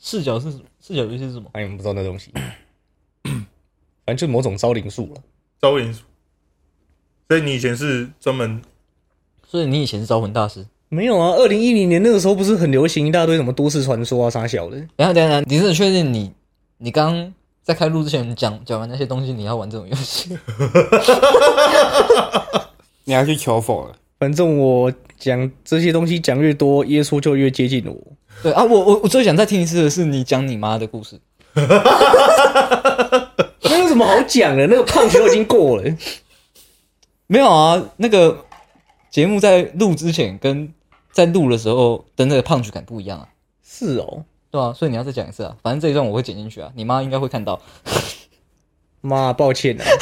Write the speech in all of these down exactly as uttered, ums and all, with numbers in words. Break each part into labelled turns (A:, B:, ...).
A: 视角是视角游戏是什么？
B: 哎，你们不知道那东西，反正就是某种招灵术了。
C: 招灵术。所以你以前是专门，
A: 所以你以前是招魂大师？
B: 没有啊，二零一零年那个时候不是很流行一大堆什么都市传说啊、啥小的。
A: 等一下等一下，你真的确定你你刚在开录之前讲讲完那些东西，你要玩这种游戏？
D: 你要去求佛了。
B: 反正我讲这些东西讲越多，耶稣就越接近我。
A: 对啊，我我我最想再听一次的是你讲你妈的故事。
B: 那有什么好讲的？那个胖球已经过了。
A: 没有啊，那个节目在录之前跟在录的时候的那个胖曲感不一样啊。
B: 是哦，
A: 对啊，所以你要再讲一次啊。反正这一段我会剪进去啊，你妈应该会看到。
B: 妈，抱歉啊。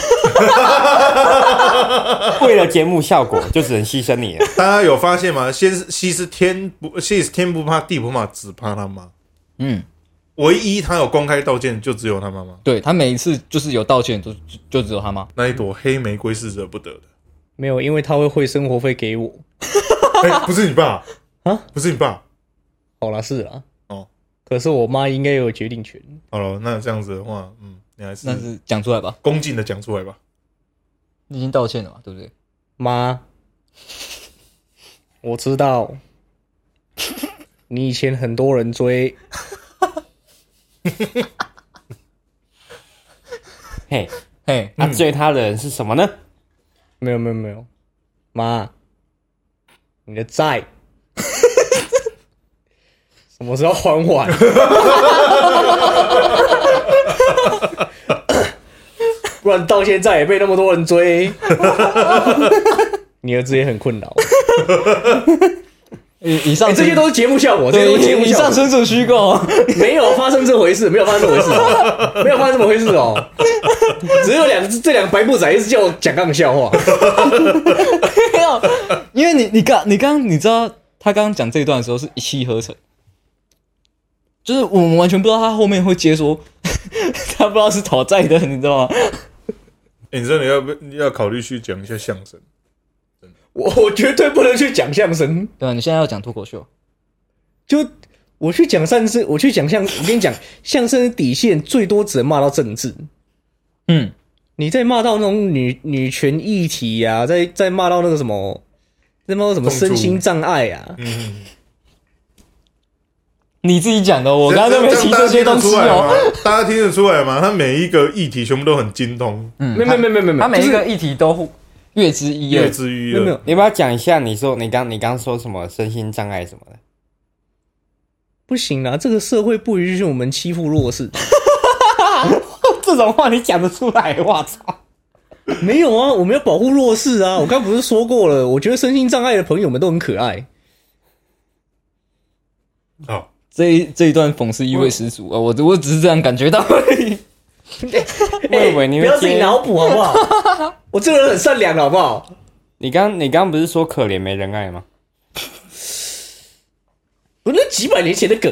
D: 为了节目效果，就只能牺牲你了。
C: 大家有发现吗？先是西是天不，西是天不怕地不怕，只怕他妈。
A: 嗯，
C: 唯一他有公开道歉，就只有他妈妈。
A: 对他每一次就是有道歉，就就就只有他妈。
C: 那一朵黑玫瑰是惹不得的。
B: 没有，因为他会汇生活费给我。
C: 哎、欸，不是你爸
B: 啊？
C: 不是你爸？
B: 好啦，是啦。
C: 哦，
B: 可是我妈应该有决定权。
C: 好了，那这样子的话，嗯，你还是
A: 那是讲出来吧，
C: 恭敬的讲出来吧。
A: 你已经道歉了嘛，对不对？
B: 妈，我知道你以前很多人追。
D: 嘿，
A: 嘿，
D: 那、啊、追他的人是什么呢？
B: 没有没有没有，妈，你的债什么时候还完？不然到现在也被那么多人追。你儿子也很困扰。
A: 以以上、
B: 欸、这些都是节目效果，这些都是节目
A: 以
B: 效果。
A: 上纯属虚构，
B: 没有发生这回事，没有发生这回事哦，没有发生这么回事哦。只有两这两个白布仔一直叫我讲刚的笑话。
A: 没有，因为你你刚你刚你知道他刚刚讲这一段的时候是一气呵成，就是我们完全不知道他后面会接说他不知道是讨债的，你知道吗？
C: 欸、你真的要不要考虑去讲一下相声？
B: 我我绝对不能去讲相声。
A: 对啊，你现在要讲脱口秀，
B: 就我去讲相声，我去讲相，我跟你讲，相声的底线最多只能骂到政治。
A: 嗯，
B: 你再骂到那种女女权议题啊，再再骂到那个什么，再骂到什么身心障碍啊，
C: 嗯，
A: 你自己讲的，我刚刚都没提这些东西哦。
C: 大家听得出来吗？他每一个议题全部都很精通，
A: 嗯，
B: 没有没有没有没有，
A: 他每一个
B: 就是
A: 议题都略知一二，
C: 略知一二。
B: 没有没有，
D: 你要不要讲一下？你说你刚你刚说什么身心障碍什么的？
B: 不行啦，这个社会不允许我们欺负弱势。
D: 这种话你讲得出来？我操！
B: 没有啊，我们要保护弱势啊！我刚不是说过了，我觉得身心障碍的朋友们都很可爱。
C: 好，
A: 这一这一段讽刺意味十足啊！我我只是这样感觉到而已。
D: 我以为你会
B: 不要自己
D: 接。
B: 脑补好不好？我这个人很善良的好不好？
D: 你刚你刚不是说可怜没人爱吗？
B: 我那几百年前的梗。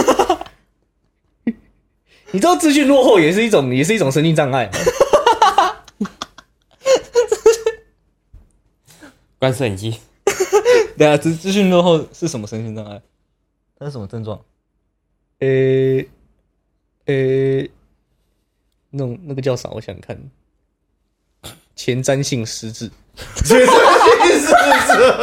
B: 你知道资讯落后也是一种也是一种身心障碍吗？
D: 关摄影机。
A: 对啊，资资讯落后是什么身心障碍？它是什么症状？
B: 呃呃，那种那个叫啥？我想想看，前瞻性失智。
C: 前瞻性失智。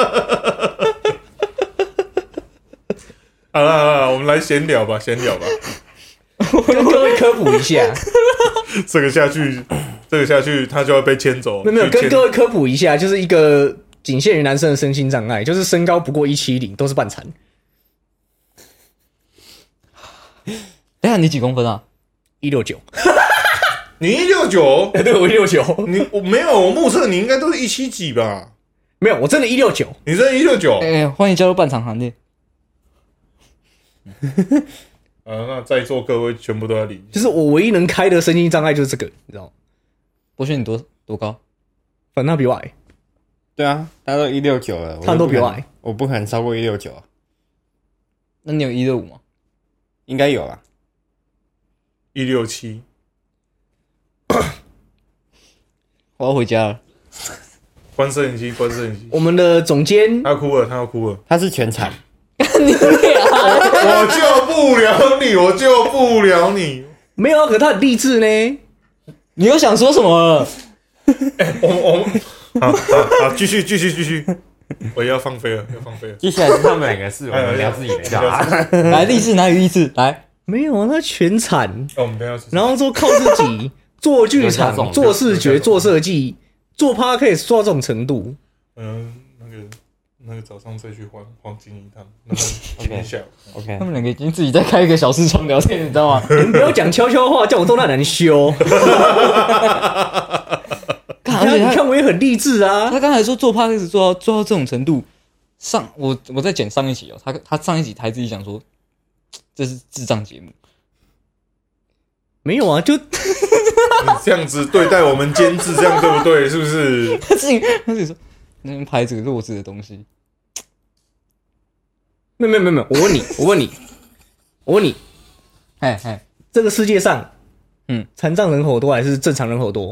C: 好了好了，我们来闲聊吧，闲聊吧。
B: 跟各位科普一下，
C: 这个下去，这个下去，他就要被牵走。
B: 没有没有，
C: 去牵
B: 跟各位科普一下，就是一个仅限于男生的身心障碍，就是身高不过一七零都是半残。
A: 等一下你几公分啊？
B: 一六九，
C: 你一六九，
B: 对我一六九，
C: 你我没有，我目测你应该都是一七几吧？
B: 没有，我真的一六九。
C: 你这一六九，
A: 哎、欸，欢迎加入半场行列。
C: 啊，那在座各位全部都在理，
B: 就是我唯一能开的身心障碍就是这个，你知道吗？
A: 博轩你多多高？
B: 反正他比我矮，
D: 对啊，他都一六九了，
B: 他都比我矮，
D: 我不可能超过一六九啊。
A: 那你有一六五吗？
D: 应该有啦。
C: 一六七。
A: 我要回家了。
C: 关摄影机，关摄影机。
B: 我们的总监
C: 他要哭了，他要哭了。
D: 他是全残。
A: 你俩，
C: 我救不了你，我救不了你。
B: 没有啊，可是他很励志呢。
A: 你又想说什么了？
C: 我我好好好，继续继续继续，我要放飞了，要放飞了。
D: 接下来是他们两个事，我们聊自己的就好。
A: 来励志哪里励志？来，
B: 没有啊，他全产，
C: 哦我们等一下
B: 然后说靠自己做剧
D: 有下这种
B: 场、做视觉、做设计、做 podcast 做到这种程度。
C: 嗯，那个那个早上再去黄黄金一趟，然后今天下午。
D: OK，
A: 他们两个已经自己在开一个小视窗聊天，你知道吗？
B: 你们不要讲悄悄话，叫我都那难修。
A: 而且他
B: 你看我也很励志啊。
A: 他刚才说做 podcast 做到做到这种程度，上我我在剪上一集哦，他他上一集还自己讲说这是智障节目，
B: 没有啊，就
C: 你这样子对待我们监制，这样对不对？是不是？
A: 他自己他自己说那边拍这个弱智的东西，
B: 没有没有没有没有，我问你，我问你，我问你，
A: 哎哎，
B: 这个世界上，
A: 嗯，
B: 残障人口多还是正常人口多？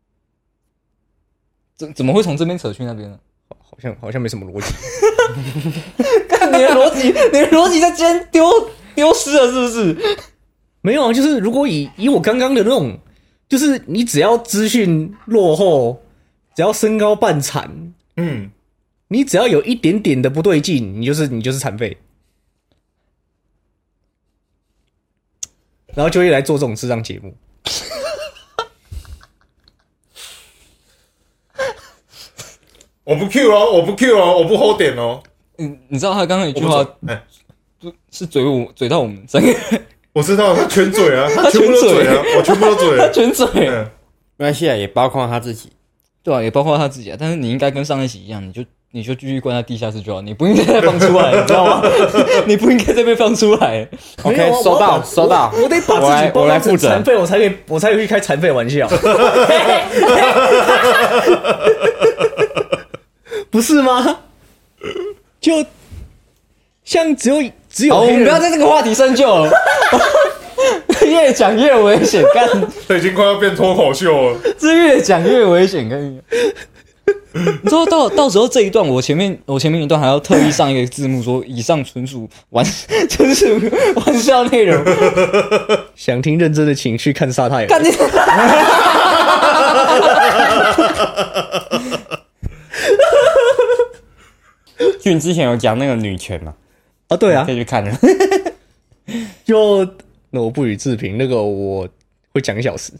A: 怎怎么会从这边扯去那边呢？
B: 好像好像没什么逻辑。
A: 看你的逻辑，你的逻辑在今天丢丢失了，是不是？
B: 没有啊，就是如果以以我刚刚的那种，就是你只要资讯落后，只要身高半残，
C: 嗯，
B: 你只要有一点点的不对劲，你就是你就是残废，然后就会来做这种智障节目。
C: 我不 Q 哦，我不 Q 哦，我不 hold 点哦。
A: 你你知道他刚刚一
C: 我
A: 句话
C: 不走哎，
A: 是嘴我嘴到我们三个，
C: 我知道他全嘴啊，他全部都嘴啊，我全部都嘴
A: 他
C: 啊。
A: 全嘴，
C: 嗯，
D: 没关系啊，也包括他自己。
A: 对啊，也包括他自己啊。但是你应该跟上一集一样，你就你就继续关在地下室就好，你不应该再放出来，你知道吗？你不应该再被放出来。
B: 没有
D: OK，
B: 啊
D: 收到
B: 我
D: 收到
B: 我我得把
D: 我来
B: 自己包装
D: 我来负责
B: 成残废，我才可以我才可以去开残废玩笑。不是吗？就像只有只有
A: 好，我
B: 黑人
A: 们不要在这个话题深究了，越讲越危险，干，
C: 这已经快要变脱口秀了。
A: 这越讲越危险，跟你。你知道到到时候这一段，我前面我前面一段还要特意上一个字幕说，以上纯属玩，就是玩笑内容。
B: 想听认真的，请去看沙太。
A: 干你！
D: 俊之前有讲那个女权嘛，
B: 啊，对啊
D: 可，以去看了。
B: 就那我不予置评，那个我会讲一小时。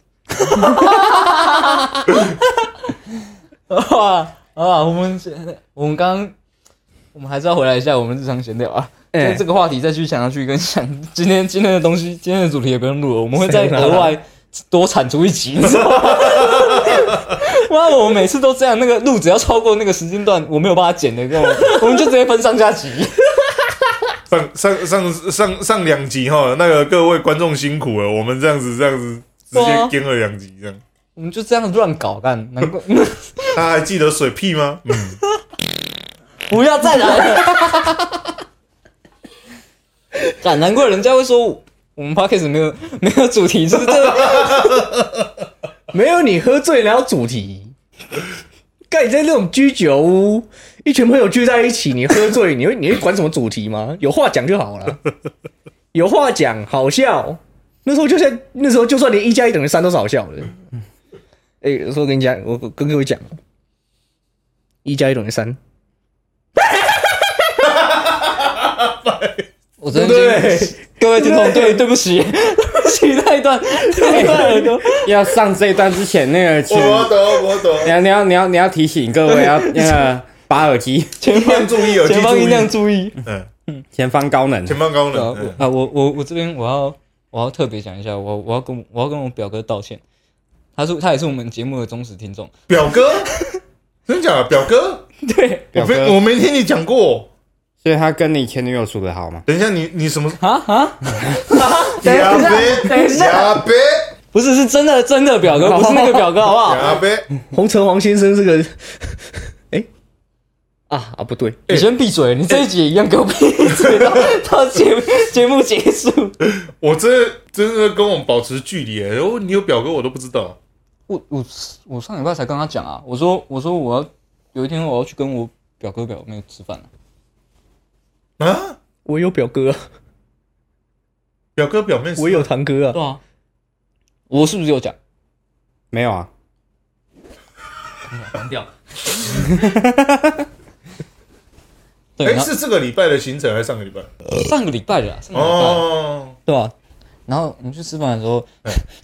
A: 哇啊！我们我们刚刚我们还是要回来一下我们日常闲聊啊。
B: 哎
A: 就这个话题再去想下去，跟想今天今天的东西，今天的主题也不用录了，我们会再额外多产出一集，你知道吗？哇！我们每次都这样，那个录只要超过那个时间段，我没有办法剪的，跟我我们就直接分上下集。
C: 上上上上上两集哈，那个各位观众辛苦了，我们这样子这样子直接跟了两集这样。
A: 我们就这样乱搞，干难怪
C: 他还记得水屁吗？嗯，
A: 不要再来了。干难怪人家会说我们 podcast 没有没有主题，就是这个。
B: 没有你喝醉然后主题，干你在那种居酒屋，一群朋友聚在一起，你喝醉，你会你会管什么主题吗？有话讲就好了，有话讲好笑。那时候就算那时候就算连一加一等于三都是好笑的。哎、欸，有时候跟你讲，我跟各位讲，一加一等于三，
A: 我真
B: 对不
A: 的
B: 对？
A: 各位听众，对对不起，对不起那一段那一段耳朵。
D: 要上这一段之前，那个请
C: 我懂我懂
D: 你，要你要你要你要提醒各位要那个拔耳机，
A: 前方
C: 注意耳机注
A: 前方音量
C: 意，
A: 注意。
C: 嗯，
D: 前方高能。
C: 前方高
A: 对啊
C: 能，嗯
A: 我啊，我我我这边我要我要特别讲一下，我我要跟我我要跟我表哥道歉，他是他也是我们节目的忠实听众。
C: 表哥，真假的？表哥，
A: 对
C: 我没
D: 表哥
C: 我没听你讲过。
D: 所以他跟你前女友处的好吗？
C: 等一下，你你什么？
A: 啊啊，等一
C: 亚
A: 下
C: 贝，
A: 等一下，
C: 亚贝，
A: 不是是真的真的表哥，不是那个表哥，好不好？
C: 亚贝，
B: 洪承煌先生这个，哎、欸、啊啊不对，
A: 你先闭嘴，你这一集也一样给我闭嘴到到节目节目结束。
C: 我真的真的跟我们保持距离诶。哦，你有表哥我都不知道。
A: 我我我上礼拜才跟他讲啊，我说我说我要有一天我要去跟我表哥表妹吃饭了。
C: 啊？
B: 我有表哥啊，
C: 表哥表妹是，
B: 我有堂哥啊。
A: 对啊，我是不是有讲？
D: 没有啊？
A: 关掉。
C: 哎、
A: 对，
C: 是这个礼拜的行程还是上个礼拜？
A: 上个礼拜的啦，上个礼拜，
C: 哦，
A: 对吧？然后我们去吃饭的时候，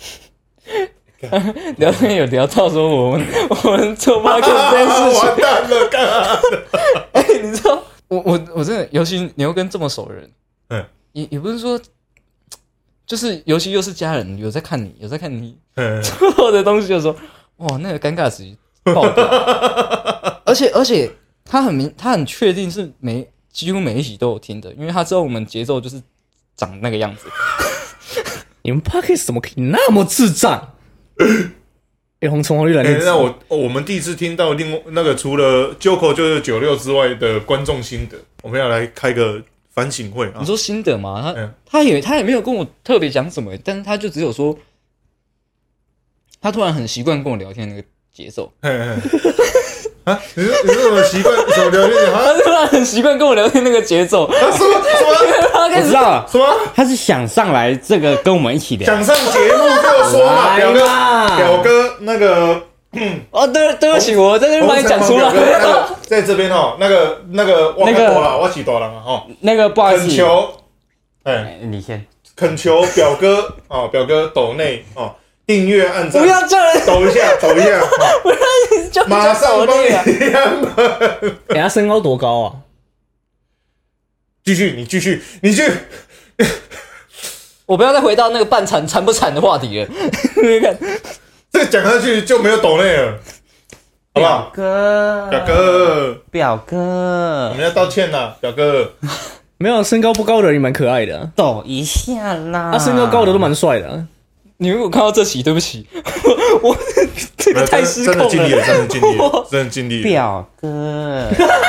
A: 聊天有聊到说我们我们做 podcast 这件事情，
C: 完蛋了，干啥？
A: 哎、你知道，我我我真的，尤其你又跟这么熟的人，
C: 嗯，
A: 也也不是说，就是尤其又是家人，有在看你，有在看你
C: 嗯
A: 做的东西的时候，哇，那个尴尬值爆掉，而且而且他很明，他很确定是每几乎每一集都有听的，因为他知道我们节奏就是长那个样子。
B: 你们 Podcast 怎么可以那么智障？哎、红橙黄绿蓝
C: 哎、
B: 靛紫。
C: 那我我们第一次听到另外那个除了 Joko 就是九六之外的观众心得，我们要来开个反省会啊
A: 你！说心得吗？他、
C: 嗯
A: 他也他也没有跟我特别讲什么，但是他就只有说，他突然很习惯跟我聊天那个节奏，
C: 嘿嘿啊，你是你是什么习惯什么聊天啊？
A: 他突然很习惯跟我聊天那个节奏，
C: 啊什么什么
A: 他开始
D: 我知道了，
C: 什么？
D: 他是想上来这个跟我们一起聊。
C: 想上节目就说嘛，表哥
B: 嘛
C: 表哥那个
A: 哦，对对不起，我在这边帮你讲出
C: 表哥那
A: 来。
C: 个在这边哦，那个那个我
D: 那个
C: 多了，我起多了啊哈，
D: 那个不好意思，
C: 恳求哎。
D: 哎你先。
C: 恳求表哥哦，表哥抖内哦，订阅按赞，
A: 不要这样，
C: 抖一下，抖一下，哦、
A: 就
C: 马上帮你
A: 啊！
C: 量本。
B: 哎、他身高多高啊？
C: 继续，你继续，你继续。
A: 我不要再回到那个半惨惨不惨的话题了。你看，
C: 这个讲下去就没有抖内了，好不好？
D: 哥，
C: 表哥，
D: 表
C: 我
D: 哥，
C: 们要道歉啦，表哥。
B: 没有，身高不高的人也蛮可爱的、啊。
D: 抖一下啦。
B: 他、身高高的都蛮帅的、啊。
A: 你如果看到这期，对不起，我这个太失控了。
C: 真的尽力了，真的尽力了，真的尽力了。
D: 表哥，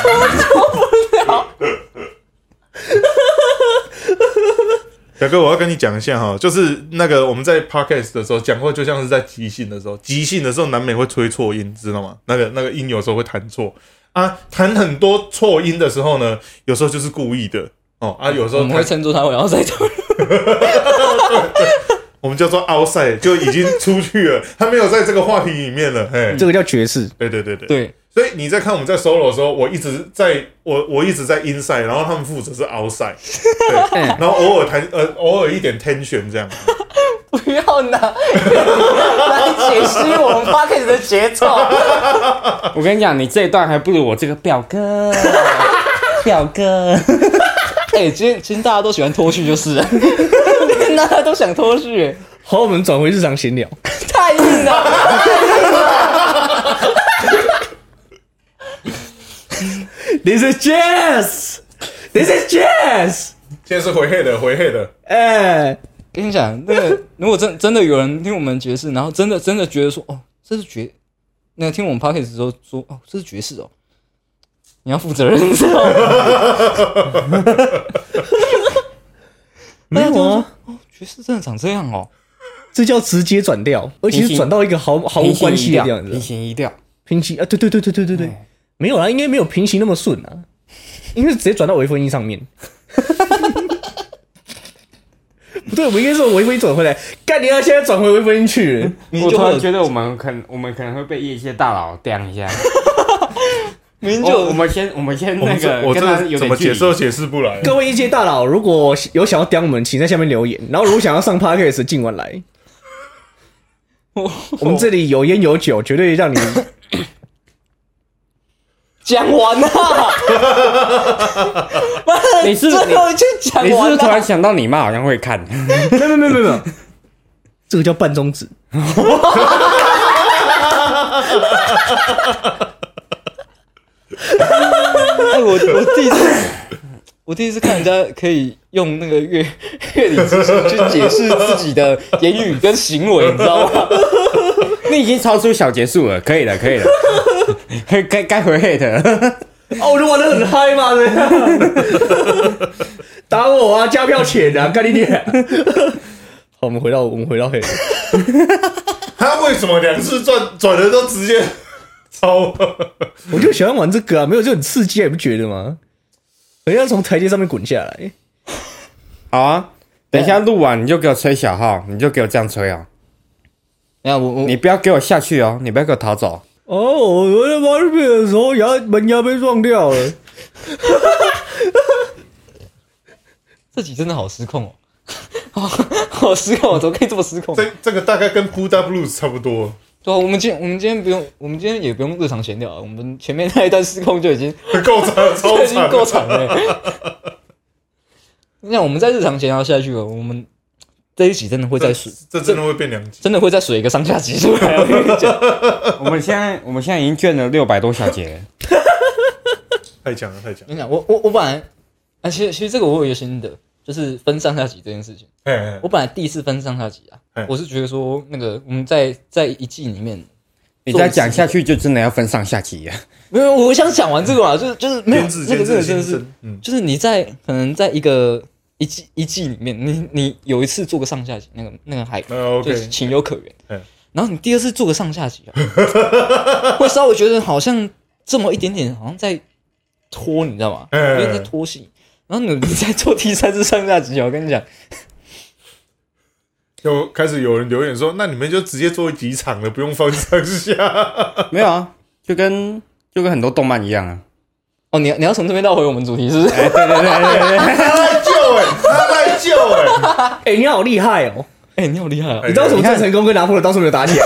C: 表哥，我要跟你讲一下哈，就是那个我们在 podcast 的时候讲话，就像是在即兴的时候，即兴的时候难免会吹错音，知道吗？那个那个音有时候会弹错啊，弹很多错音的时候呢，有时候就是故意的哦啊，有时候
A: 我们会称作他，我要再讨
C: 我们叫做 outside， 就已经出去了，他没有在这个话题里面了，嘿，
B: 这个叫爵士。
C: 对对对对。
A: 对，
C: 所以你在看我们在 solo 的时候，我一直在我我一直在 inside， 然后他们负责是 outside， 对，然后偶尔弹呃偶尔一点 tension 这样。
A: 不要拿来解析我们 podcast 的节奏。
D: 我跟你讲，你这一段还不如我这个表哥，表哥。
A: 哎、欸，今天今天大家都喜欢脱序就是了，大家都想脱序，
B: 好，我们转回日常闲聊。
A: 太硬了。
B: This is jazz. This is jazz.
C: 现在是回黑的，回黑的。
B: 哎、
A: 跟你讲，那个如果真真的有人听我们爵士，然后真的真的觉得说，哦，这是爵，那个听我们 podcast 的时候说，哦，这是爵士哦，你要负责任，你知道吗？
B: 没有啊，
A: 哦，爵士真的长这样哦。
B: 这叫直接转调，而且是转到一个毫毫无关系的样子。
D: 平行移调，
B: 平行啊，对对对对对对对，
D: 哎
B: 没有啦，应该没有平行那么顺啊，应该是直接转到微分音上面。不对，我们应该是微分音转回来，干你要现在转回微分音去了，
D: 我突
A: 明明就会有
D: 然觉得我们可能我们可能会被业界大佬刁一下。
A: 明明就
D: 我我们先我们先
C: 我
D: 那
C: 们这我
D: 个跟他
C: 这怎么
D: 有点距离
C: 解释都解释不来。
B: 各位业界大佬，如果有想要刁我们，请在下面留言。然后如果想要上 podcast，尽管来。
A: 我
B: 我们这里有烟有酒，绝对让你
A: 讲完了。
D: 你是不是
A: 最后一句讲
D: 你是不
A: 完了。
D: 是突然想到你妈好像会看？
B: 没有没有没有没有，这个叫半中指。
A: 哎，我我第一次，我第一次看人家可以用那个乐乐理知识去解释自己的言语跟行为，你知道吗？
D: 你已经超出小结束了，可以了，可以了，该该回 hate 了。
B: 哦，我就玩得很嗨嘛，这样打我啊，加票钱啊，干你点。好，我们回到我们回到黑人，
C: 他为什么两次转转的都直接超？
B: 我就喜欢玩这个啊，没有就很刺激啊，你不觉得吗？人家从台阶上面滚下来，
D: 好啊，等一下录完你就给我吹小号，你就给我这样吹哦。
A: 等一下我我
D: 你不要给我下去哦，你不要给我逃走。
B: 哦，我在挖这边的时候，牙门牙被撞掉了。
A: 这集真的好失控哦，好好失控哦，怎么可以这么失控？
C: 这这个大概跟 Buddha Blues 差不多。
A: 对啊，我们今我们今天不用，我们今天也不用日常闲聊了，我们前面那一段失控就已经
C: 够长了，超
A: 就已经
C: 长，
A: 够长了。那我们在日常闲聊下去了，我们这一集真的会再水，
C: 这真的会变两集，
A: 真的会再水一个上下集出来。我跟你讲，
D: 我们现在我们现在已经卷了六百多小节了，
C: 太强了，太强了。
A: 跟你讲，我我我本来，啊，其实其实这个我有一个心得，就是分上下集这件事情。
C: 嘿嘿
A: 我本来第一次分上下集啊
C: 嘿，
A: 我是觉得说那个我们在在一季里面，
D: 你再讲下去就真的要分上下集了。
A: 没有，我想讲完这个嘛，就是就是没有
C: 监制
A: 这个
C: 监制
A: 这个真的是
C: 心声，嗯，
A: 就是你在可能在一个一季一季里面，你你有一次做个上下集，那个那个还
C: 那
A: 就是
C: OK，
A: 情有可原
C: 嗯。
A: 然后你第二次做个上下集啊，会稍微觉得好像这么一点点，好像在拖，你知道吗？
C: 嗯
A: 有点在拖戏。然后你你在做第三次上下集啊，我跟你讲，
C: 就开始有人留言说，那你们就直接做几场了，不用分上下。
D: 没有啊，就跟就跟很多动漫一样啊。
A: 哦，你要你要从这边绕回我们主题是不是？
D: 哎，对对对对对对，
C: 他来救哎，他来救哎，
B: 哎、你好厉害哦！
A: 哎、你好厉害啊！
C: 哎
B: 你知道为什么郑成功跟拿破仑当初没有打起来？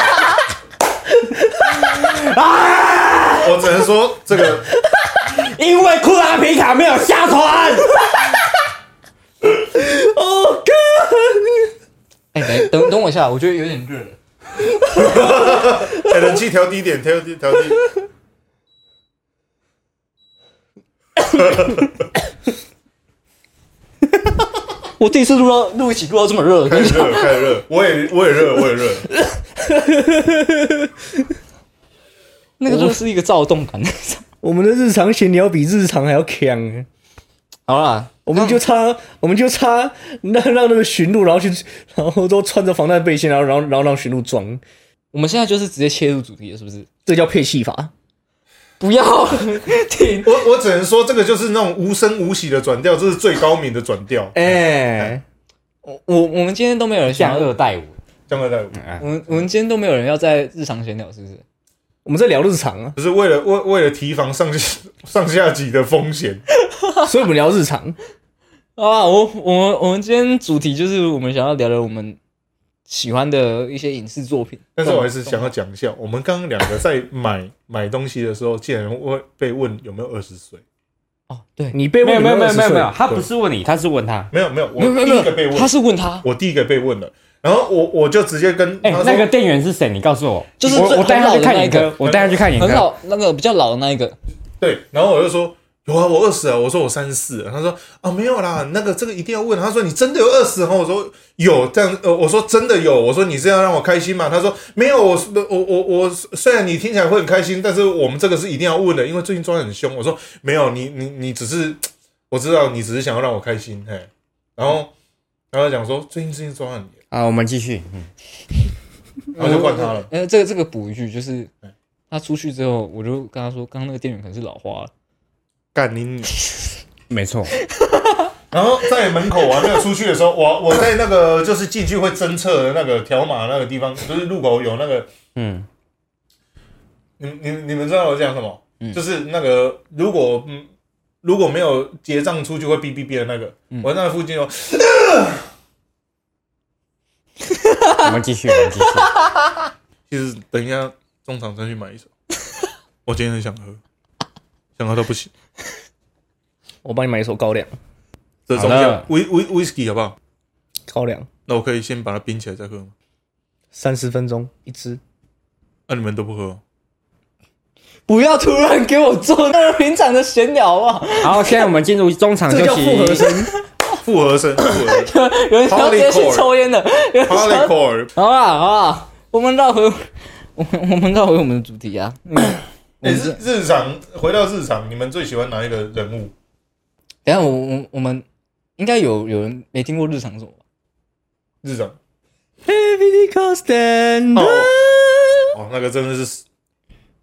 C: 我只能说这个
D: 因为库拉皮卡没有下船。
B: 哦，哥，
A: 哎、等等等我一下，我觉得有点热了。
C: 哎，冷气调低点，调低调低。
A: 我第一次录到录一起录到这么热，
C: 开始热，开始热，我也我也热，我也热。
A: 那个就是一个躁动感。
B: 我们的日常闲聊比日常还要强。
A: 好啦，
B: 我们就差，我们就差让让那个驯鹿，然后去，然后都穿着防弹背心，然后然后然后让驯鹿装，
A: 我们现在就是直接切入主题了，是不是？
B: 这叫配戏法。
A: 不要停！
C: 我我只能说，这个就是那种无声无息的转调，这是最高明的转调。
B: 哎、
A: 我我我们今天都没有人想
D: 降
A: 要，
D: 二代五，
C: 降二代五，
D: 嗯
A: 我们我们今天都没有人要在日常闲聊，是不是？
B: 我们在聊日常啊，
C: 不是为了为为了提防上下上下级的风险。
B: 所以我们聊日常。
A: 啊，我我们我们今天主题就是我们想要聊聊我们喜欢的一些影视作品。
C: 但是我还是想要讲一下，我们刚刚两个在买买东西的时候，竟然会被问有没有二十岁。
A: 哦，对，
B: 你被问
D: 没有没有没有没有没有，
B: 有，
D: 他不是问你，他是问他。
C: 没有没有，我
A: 没有没有没有，
C: 第一个被问，
A: 他是问他，
C: 我第一个被问了，然后我我就直接跟
D: 哎、
C: 他说，
D: 那个店员是谁？你告诉我，
A: 就是最
D: 我我带他去看
A: 很老的那一个
D: 眼科，我带他去看眼科。
A: 很老那个比较老的那一个，
C: 对，然后我就说有啊，我二十啊，我说我三十四，他说啊没有啦，那个这个一定要问，他说你真的有二十？然后我说有，这样呃，我说真的有，我说你是要让我开心吗？他说没有，我我我我虽然你听起来会很开心，但是我们这个是一定要问的，因为最近抓得很凶。我说没有，你你你只是我知道你只是想要让我开心，嘿，然后然后讲说最近最近抓很严，
D: 啊，我们继续。嗯，
C: 然后就换他了。
A: 呃，这个这个补一句，就是他出去之后，我就跟他说，刚刚那个店员可能是老花了。
C: 干你！
D: 没错。
C: 然后在门口啊，那个出去的时候，我我在那个就是进去会侦测的那个条码那个地方，就是路口有那个，
D: 嗯，
C: 你你你们知道我讲什么？嗯、就是那个如果嗯如果没有结账出去会哔哔哔的那个，嗯、我在那附近哦。
D: 我们继续，我们继续。
C: 其实等一下中场再去买一手，我今天很想喝，想喝到不行。
B: 我帮你买一手高粱，
C: 这中药威威威士忌好不好？
B: 高粱
C: 那我可以先把它冰起来再喝吗？
B: 三十分钟一支。
C: 那、啊、你们都不喝、哦？
A: 不要突然给我做那个平常的闲聊好不好？
D: 好，现在我们进入中场休息。
B: 这叫复合声。
C: 复合声，复合声。
A: 有人想要直接去抽烟的。有人想要
C: Polycore。
A: 好啦好啦，我们绕回我们我们绕回我们的主题啊。嗯
C: 欸、日日常回到日常，你们最喜欢哪一个人物？
A: 等一下我我我们应该有有人没听过日常什么吧？
C: 日常
B: Heavy Constant
C: 哦，哦，那个真的是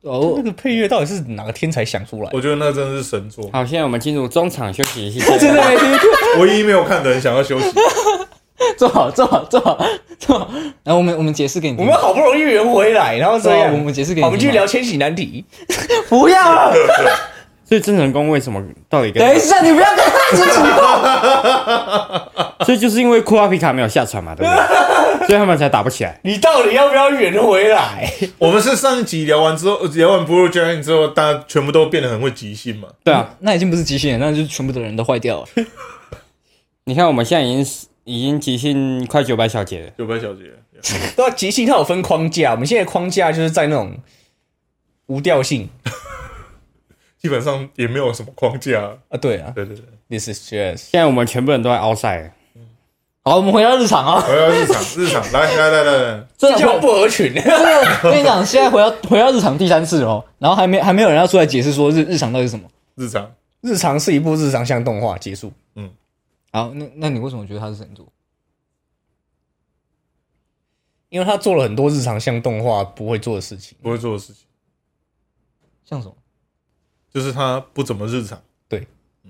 A: 哦
B: 那，个配乐到底是哪个天才想出来的？
C: 我觉得那真的是神作。
D: 好，现在我们进入中场休息一下。
A: 真的没听过。
C: 唯一没有看的人想要休息。
A: 坐好，坐好，坐好，坐好。然后我们我们解释给你听。
B: 我们好不容易圆回来，然后这样，
A: 我们解释给你听。
B: 好我们继续聊千禧难题。
A: 不要。
D: 所以郑成功为什么到底跟？
A: 等一下，你不要跟他一起起哄。
D: 所以就是因为库阿皮卡没有下船嘛，对不对？所以他们才打不起来。
B: 你到底要不要圆回来？
C: 我们是上一集聊完之后，聊完 Blue Giant 之后，大家全部都变得很会即兴嘛。
D: 对啊，
A: 那已经不是机器人，那就是全部的人都坏掉了。
D: 你看我们现在已经已经即兴快九百小节了。
C: 九百小节，
B: 对啊，即兴它有分框架，我们现在框架就是在那种无调性
C: 基本上也没有什么框架。
B: 啊。对啊
C: 对对对，
B: ，This is jazz。
D: 现在我们全部人都在 outside。
A: 好，我们回到日常啊。
C: 回到日常，日常，来来来来来，
A: 这
B: 这叫不合群。
A: 这个跟你讲，现在回到回到日常第三次哦，然后还没还没有人要出来解释说日日常到底是什么。
C: 日常，
B: 日常是一部日常向动画，结束。
A: 好，那那你为什么觉得它是神作？
B: 因为他做了很多日常向动画不会做的事情。
C: 不会做的事情，
A: 像什么？
C: 就是他不怎么日常。
B: 对，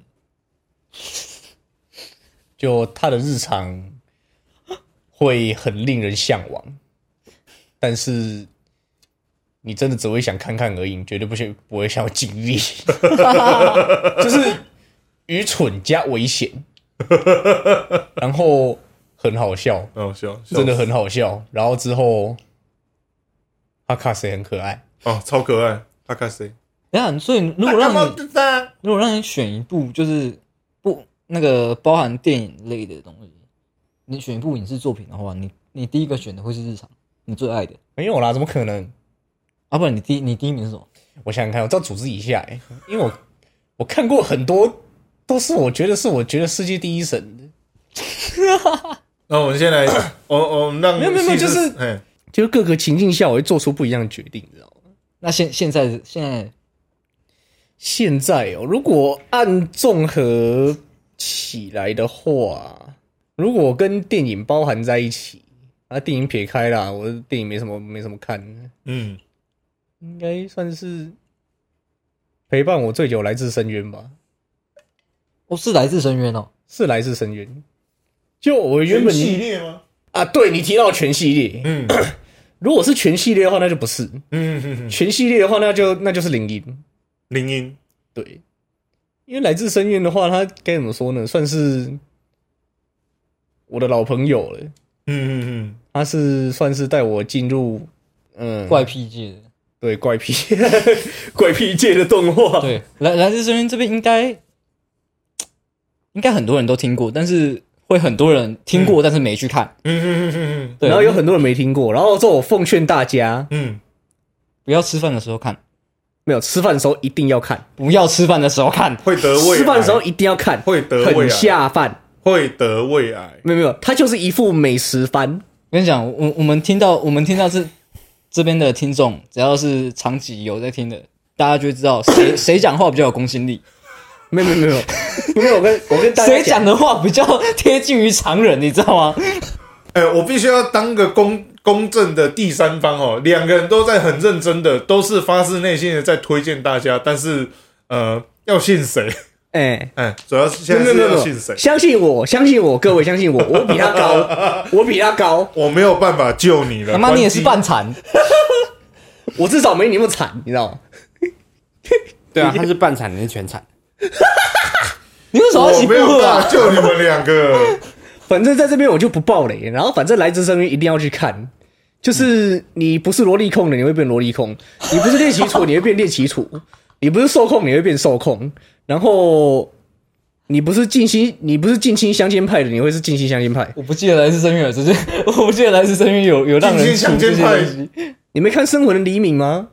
B: 就他的日常会很令人向往，但是你真的只会想看看而已，你绝对不会不会想要经历，就是愚蠢加危险，然后很好笑，
C: 很好笑，
B: 真的很好笑。然后之后，哈卡西很可爱，
C: 哦，超可爱，他看谁？
A: 等一下，所以如果让你如果让你选一部，就是不那个包含电影类的东西，你选一部影视作品的话，你你第一个选的会是日常，你最爱的
B: 没有啦，怎么可能？
A: 啊？不然你第你第一名是什么？
B: 我想想看，我知道组织一下、欸，因为我我看过很多，都是我觉得是我觉得世界第一神的。
C: 那我们先来，我我们让
B: 没有没有没有
C: 细致
B: 就是
C: 哎，
B: 就是各个情境下，我会做出不一样的决定，你知道吗？
A: 那现现在现在
B: 现在哦，如果按综合起来的话，如果跟电影包含在一起，啊，电影撇开啦，我电影没什么没什么看，
C: 嗯，
B: 应该算是陪伴我最久来自深渊吧。
A: 哦是来自深渊哦，
B: 是来自深渊。就我原本
C: 全系列吗？
B: 啊，对你提到全系列，
C: 嗯
B: 如果是全系列的话，那就不是；
C: 嗯嗯嗯，
B: 全系列的话，那就那就是灵音。
C: 林音，
B: 对，因为来自深渊的话，他该怎么说呢？算是我的老朋友了。
C: 嗯嗯嗯，
B: 他是算是带我进入嗯
A: 怪癖界的。
B: 对怪癖怪癖界的动画。
A: 对，来来自深渊这边应该应该很多人都听过，但是会很多人听过，但是没去看。
C: 嗯嗯嗯嗯
A: 对，
B: 然后有很多人没听过，然后之后我奉劝大家，
C: 嗯，
A: 不要吃饭的时候看，
B: 没有吃饭的时候一定要看，
A: 不要吃饭的时候看。
C: 会得胃癌，
B: 吃饭的时候一定要看，
C: 会得胃
B: 很
C: 癌，
B: 下饭。
C: 会得胃癌。
B: 没有没有，它就是一副美食番。
A: 我跟你讲，我我们听到我们听到这这边的听众，只要是长期有在听的，大家就会知道谁谁讲话比较有公信力，
B: 没有没有没有没有，我跟我跟大家
A: 谁讲的话比较贴近于常人，你知道吗？
C: 哎、我必须要当个公公正的第三方哦，两个人都在很认真的，都是发自内心的在推荐大家，但是呃，要信谁？
B: 哎。
C: 哎，主要是现在是
B: 没有没有没有
C: 要信谁？
B: 相信我，相信我，各位相信我，我比他高，我比他高，
C: 我没有办法救你了。
A: 他妈你也是
C: 关
A: 半残，
B: 我至少没你那么惨，你知道吗？
D: 对啊，他是半残，你是全残。
A: 你为什么要洗不
C: 机我没有
A: 喝啊
C: 办法？救你们两个。
B: 反正在这边我就不爆雷，然后反正来自深渊一定要去看。就是你不是萝莉控的，你会变萝莉控；你不是猎奇处，你会变猎奇处；你不是受控，你会变受控。然后你不是近亲，你不是近亲相奸派的，你会是近亲相奸派。
A: 我不记得来自深渊了，直接我不记得来自深渊有有让人
C: 近亲相
A: 出这些
C: 奸派
A: 东西。
B: 你没看《生魂的黎明》吗？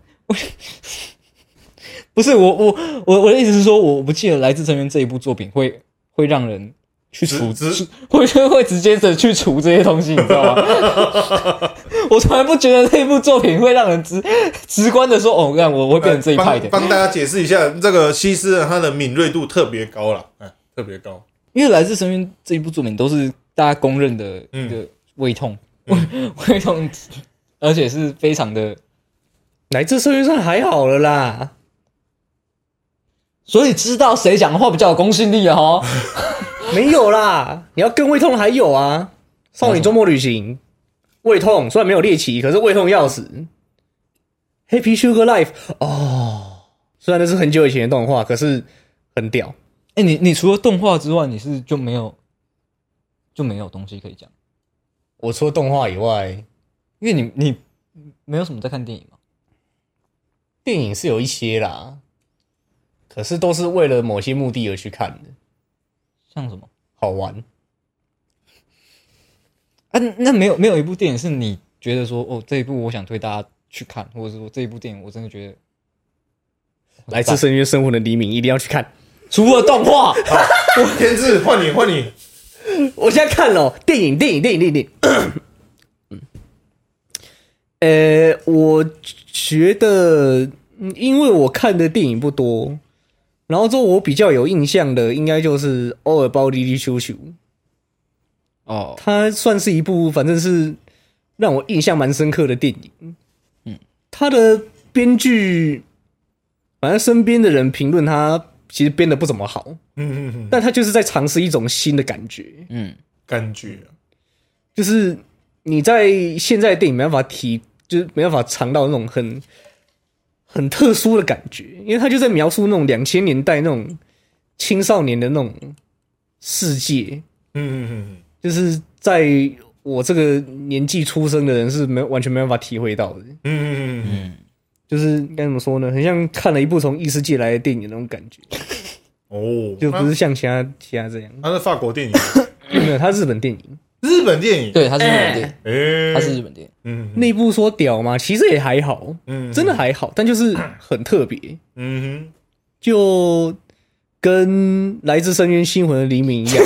A: 不是我我我我的意思是说，我不记得来自深渊这一部作品会会让人去除，
C: 直直
A: 会会直接的去除这些东西，你知道吗？我从来不觉得这一部作品会让人直直观的说，哦，看我我会变成这一派的。
C: 帮帮大家解释一下，这个西斯人他的敏锐度特别高啦，哎，特别高。
A: 因为来自深渊这一部作品都是大家公认的一个胃痛，胃、嗯、胃痛，而且是非常的
B: 来自社会上还好了啦。
A: 所以知道谁讲的话比较有公信力哦。
B: 没有啦，你要更胃痛还有啊，少女周末旅行，胃痛虽然没有猎奇，可是胃痛要死。Happy Sugar Life 哦，虽然那是很久以前的动画，可是很屌。
A: 哎、欸，你你除了动画之外，你是就没有就没有东西可以讲？
B: 我除了动画以外，
A: 因为你你没有什么在看电影嘛？
B: 电影是有一些啦，可是都是为了某些目的而去看的。
A: 像什么？
B: 好玩
A: 啊？那没有没有一部电影是你觉得说哦这一部我想推大家去看，或者是说这一部电影我真的觉得
B: 来自深渊生活的黎明一定要去看。
A: 除了动画，
C: 好，天志换你换你，
B: 我现在看了电影电影电影电影电影。呃，我觉得，因为我看的电影不多。然后之后我比较有印象的，应该就是《All About Lily Shoo Shoo》
A: 哦，
B: 它算是一部反正是让我印象蛮深刻的电影。嗯，它的编剧，反正身边的人评论他其实编的不怎么好。嗯嗯嗯，但他就是在尝试一种新的感觉。
A: 嗯，
C: 感觉
B: 就是你在现在的电影没办法体，就是没办法尝到那种很。很特殊的感觉，因为他就在描述那种两千年代那种青少年的那种世界。嗯嗯嗯，就是在我这个年纪出生的人是没完全没办法体会到的。嗯嗯嗯嗯，就是该怎么说呢？很像看了一部从异世界来的电影的那种感觉。哦，就不是像其他其他这样。
C: 他是法国电影，
B: 没有，他日本电影。
C: 日本电影，
A: 对，他是日本电影，
C: 欸、
A: 他是日本电影。
C: 嗯，
B: 那部说屌吗？其实也还好，嗯，真的还好，但就是很特别。嗯哼，就跟来自深渊星魂的黎明一样。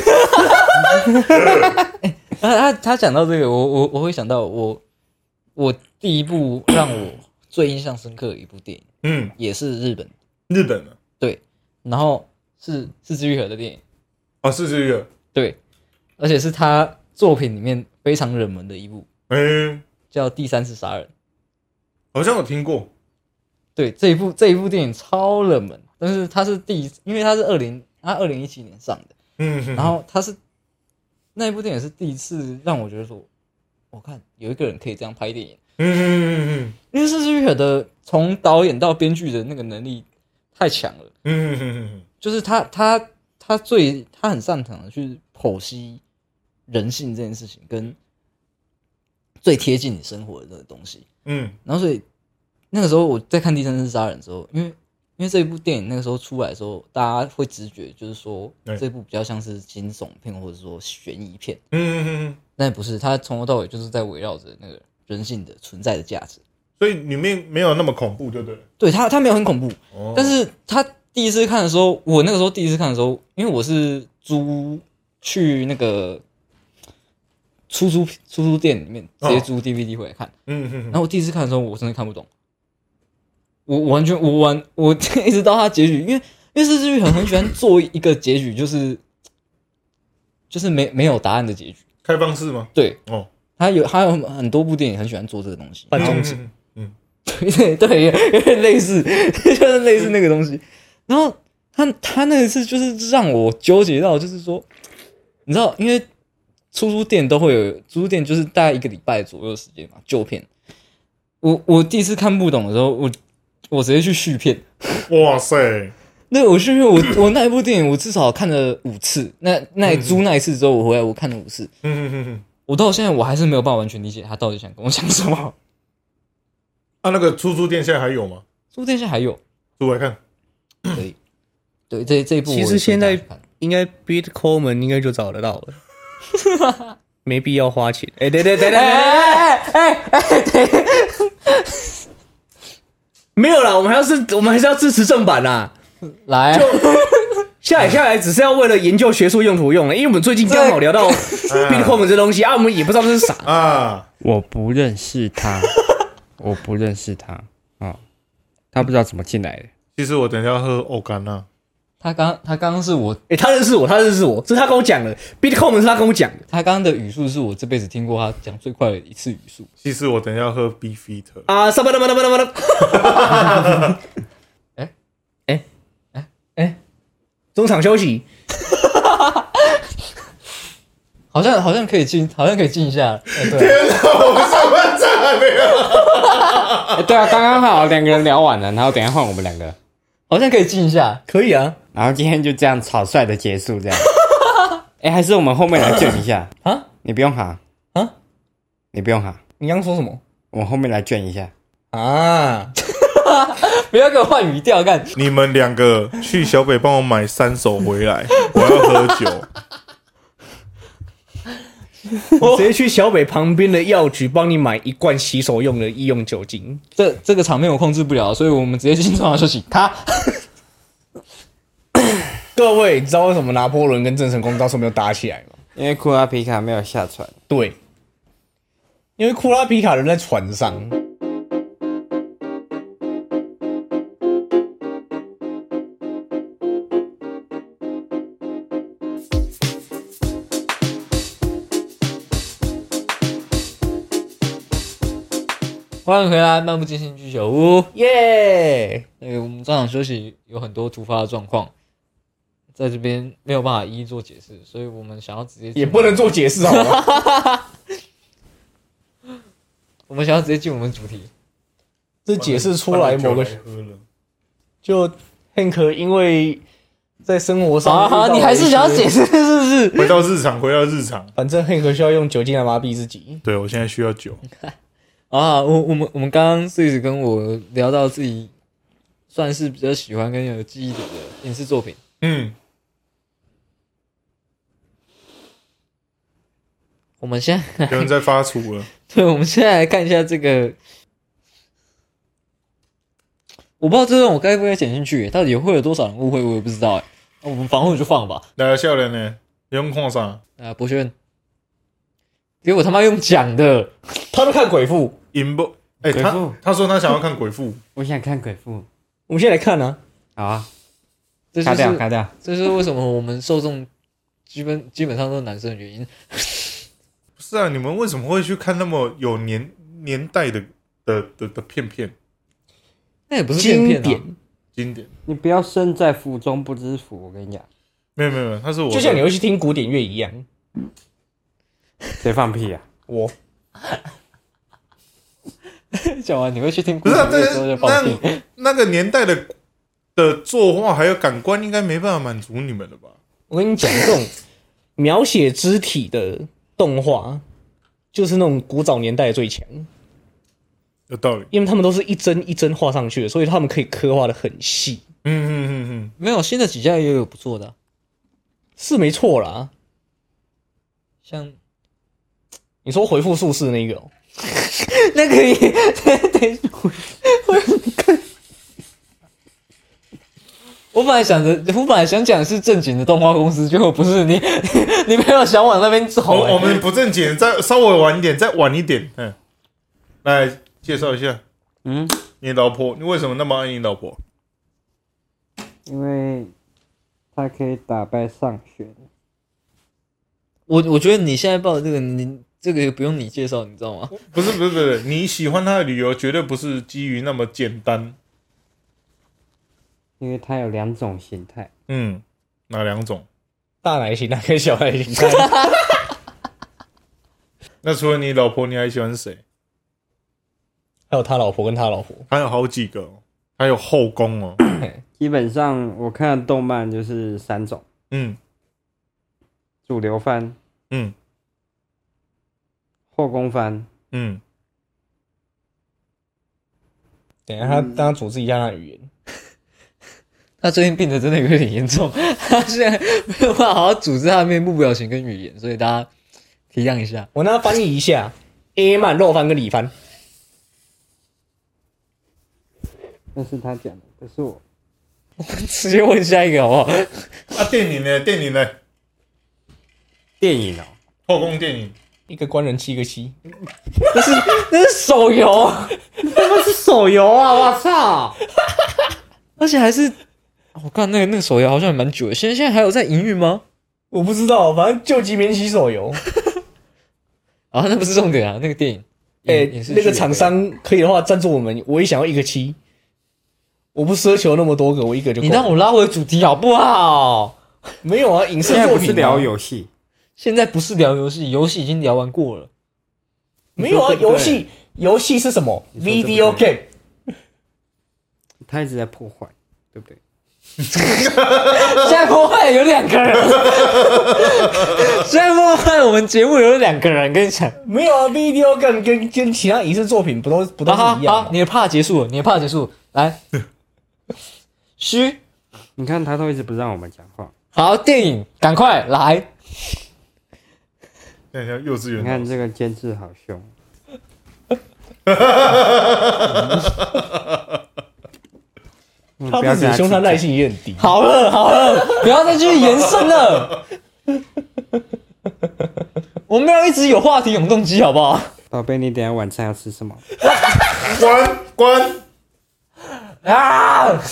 A: 欸、他他他讲到这个，我我我会想到我我第一部让我最印象深刻的一部电影，嗯，也是日本，
C: 日本的，
A: 对，然后是是枝裕和的电影，
C: 哦，是枝裕和，
A: 对，而且是他作品里面非常冷门的一部，
C: 嗯，
A: 叫《第三次杀人》，
C: 好像有听过。
A: 对，这一部这一部电影超冷门，但是它是第一，因为它是二零，它二零一七年上的，嗯，然后它是那一部电影是第一次让我觉得说，我看有一个人可以这样拍电影，嗯嗯嗯嗯，因为是枝裕和的从导演到编剧的那个能力太强了，嗯嗯嗯嗯，就是他他他最他很擅长的去剖析人性这件事情，跟最贴近你生活的那个东西。嗯，然后所以那个时候我在看《第三次杀人》的时候，因为因为这一部电影那个时候出来的时候，大家会直觉就是说这部比较像是惊悚片或者说悬疑片。嗯嗯嗯，但不是，它从头到尾就是在围绕着那个人性的存在的价值。
C: 所以里面没有那么恐怖，对不对？
A: 对，它它没有很恐怖，哦、但是它第一次看的时候，我那个时候第一次看的时候，因为我是租去那个。出租出租店里面直接租 D V D 回来看，嗯嗯，然后我第一次看的时候，我真的看不懂，我完全我完我一直到他结局，因为因为是枝裕和很喜欢做一个结局，就是就是没没有答案的结局，
C: 开放式吗？
A: 对，哦，他有他有很多部电影很喜欢做这个东西，
B: 半中指，
A: 嗯，对对对，有点类似，就是类似那个东西。然后他他那一次就是让我纠结到，就是说，你知道，因为。出租店都会有，出租店就是大概一个礼拜左右的时间嘛，旧片。我我第一次看不懂的时候，我我直接去续片。
C: 哇塞！
A: 那我续片，我我那一部电影我至少看了五次。那那租那一次之后，我回来我看了五次。嗯嗯嗯。我到现在我还是没有办法完全理解他到底想跟我讲什么。
C: 啊，那个出租店现在还有吗？
A: 出租店现在还有，
C: 租来看。
A: 可以。对，这这一部
B: 其实现在应该 Bitcoin 应该就找得到了。没必要花钱。哎、欸，对对对对对哎哎哎对，没有啦，我们还是我们还是要支持正版啦。
A: 来，
B: 下来下来只是要为了研究学术用途用的，因为我们最近刚好聊到 Bitcoin 这东西啊，我们也不知道这是啥啊。
D: 我不认识他，我不认识他啊、哦，他不知道怎么进来的。
C: 其实我等一下要喝欧甘呐。
A: 他刚他刚刚是我，
B: 哎、他认识我，他认识我，这是他跟我讲的 ，Bitcoin 是他跟我讲的。
A: 他刚刚的语速是我这辈子听过他讲最快的一次语速。
C: 其实我等一下要喝 Beefeater
B: 啊，上班了，班了，班了，班了。
A: 哎
B: 哎哎哎，中场休息。
A: 好像好像可以静，好像可以静一下。
B: 欸、对、啊，
C: 我们上班站还没有。
D: 欸、对啊，刚刚好两个人聊完了，然后等一下换我们两个，
A: 好像可以静一下。
B: 可以啊。
D: 然后今天就这样草率的结束，这样。哎、欸，还是我们后面来卷一下
B: 啊？
D: 你不用哈
B: 啊？
D: 你不用哈。
B: 你刚刚说什么？
D: 我们后面来卷一下
B: 啊！
A: 不要给我换语调干。
C: 你们两个去小北帮我买三手回来，我要喝酒。
B: 我直接去小北旁边的药局帮你买一罐洗手用的医用酒精。
A: 这这个场面我控制不了，所以我们直接进中场休息。卡。
B: 各位，你知道为什么拿破仑跟郑成功到时候没有打起来吗？
D: 因为库拉皮卡没有下船。
B: 对，因为库拉皮卡人在船上。
A: 欢迎回来，漫不经心居酒屋，
B: 耶！
A: 那个我们中场休息有很多突发的状况，在这边没有办法一一做解释，所以我们想要直接
B: 也不能做解释好吗？
A: 我们想要直接进我们主题，
B: 这解释出来某个就 Hank 因为在生活上
A: 好好，你还是想要解释是不是？
C: 回到日常，回到日常。
B: 反正 Hank 需要用酒精来麻痹自己。
C: 对，我现在需要酒。
A: 啊，我我们我们刚刚是一直跟我聊到自己算是比较喜欢跟有记忆点的影视作品。
C: 嗯，
A: 我们现在
C: 有人在发厨了。
A: 对，我们现在来看一下这个，我不知道这段我该不该剪进去，到底会有多少人误会，我也不知道哎。我们防护就放吧。
C: 来，笑脸呢？你用看啥？
A: 啊，博轩，给我他妈用讲的。
B: 他们看鬼父，
C: 银不？哎，
D: 鬼父
C: 他他说他想要看鬼父。
D: 我想看鬼父。
B: 我们现在来看啊。
D: 好啊，
A: 这就
D: 卡掉，
A: 是
D: 卡掉。
A: 这就是为什么我们受众基本基本上都是男生的原因。
C: 不是啊，你们为什么会去看那么有年年代的的的的片片？
A: 那也不是片片啊，
B: 经典，
C: 经典。
D: 你不要身在福中不知福，我跟你讲。
C: 没有没有没有，他是我的
B: 就像你会去听古典乐一样。
D: 谁放屁啊？
B: 我
A: 讲完你会去听
C: 不是啊，
A: 古典乐的时候就放屁。
C: 那那个年代的的作画还有感官，应该没办法满足你们了吧？
B: 我跟你讲，这种描写肢体的动画，就是那种古早年代的最强，
C: 有道理。
B: 因为他们都是一帧一帧画上去的，所以他们可以刻画的很细。
C: 嗯嗯嗯嗯，
A: 没有新的几家也有不错的啊、
B: 是没错啦。
A: 像
B: 你说回复术士那个、哦，
A: 那个也等一下，我看。我本来想着，我本来想讲的是正经的动画公司，结果不是你，你，你没有想往那边走、欸。
C: 我我们不正经，再稍微晚一点，再晚一点。嗯，来介绍一下，
D: 嗯，
C: 你老婆，你为什么那么爱你老婆？
D: 因为他可以打败上旋。
A: 我我觉得你现在报的这个，你这个也不用你介绍，你知道吗？
C: 不是不是不是，你喜欢他的理由绝对不是基于那么简单。
D: 因为它有两种形态。
C: 嗯，哪两种？
B: 大奶型态跟小奶型态。
C: 那除了你老婆，你还喜欢谁？
B: 还有他老婆跟他老婆，
C: 还有好几个、哦，还有后宫哦。
D: 基本上我看的动漫就是三种：
C: 嗯
D: 主流番、
C: 嗯
D: 后宫番。
C: 嗯，
B: 等一下他让他组织一下他的语言。
A: 他最近病得真的有点严重，他现在没有办法好好组织他的面部表情跟语言，所以大家体谅一下。
B: 我让他翻译一下 A 漫、肉番跟里番。
D: 那是他讲的，不是我。
A: 直接问下一个好不好？
C: 啊，电影呢？电影呢？
D: 电影哦，
C: 后宫电影。
B: 一个官人七个七，
A: 那是那是手游，
D: 那是手游啊！我操！
A: 而且还是我看那个那个手游好像也蛮久的，现在现在还有在营运吗？
B: 我不知道，反正救急免洗手游。
A: 啊，那不是重点啊，那个电影，
B: 哎、
A: 影视剧
B: 那个厂商可以的话赞助我们，我也想要一个七。我不奢求那么多个，我一个就够。
A: 你让我拉回主题好不好？
B: 没有啊，影视
D: 现在
B: 作品、啊、
D: 不是聊游戏，
A: 现在不是聊游戏，游戏已经聊完过了。
B: 没有啊，
D: 你说对不对
B: 游戏游戏是什么
D: 你说对不对
B: ？Video game。
D: 他一直在破坏，对不对？
A: 现在破坏有两个人，现在破坏我们节目有两个人，跟你讲。
B: 没有啊，Video game 跟跟其他影视作品不都不都是
A: 好好，
B: 一样吗？
A: 你的怕结束了，你的怕结束了，来，嘘，
D: 你看他都一直不让我们讲话。
A: 好，电影赶快来。
C: 看一下幼稚园老师，
D: 你看这个监制好凶，嗯
B: 他
D: 不要跟
B: 不止凶，他
D: 起
B: 耐性也很低。
A: 好了好了，不要再继续延伸了。我们要一直有话题永动机，好不好？
D: 宝贝，你等一下晚餐要吃什么？
C: 关关，
A: 啊！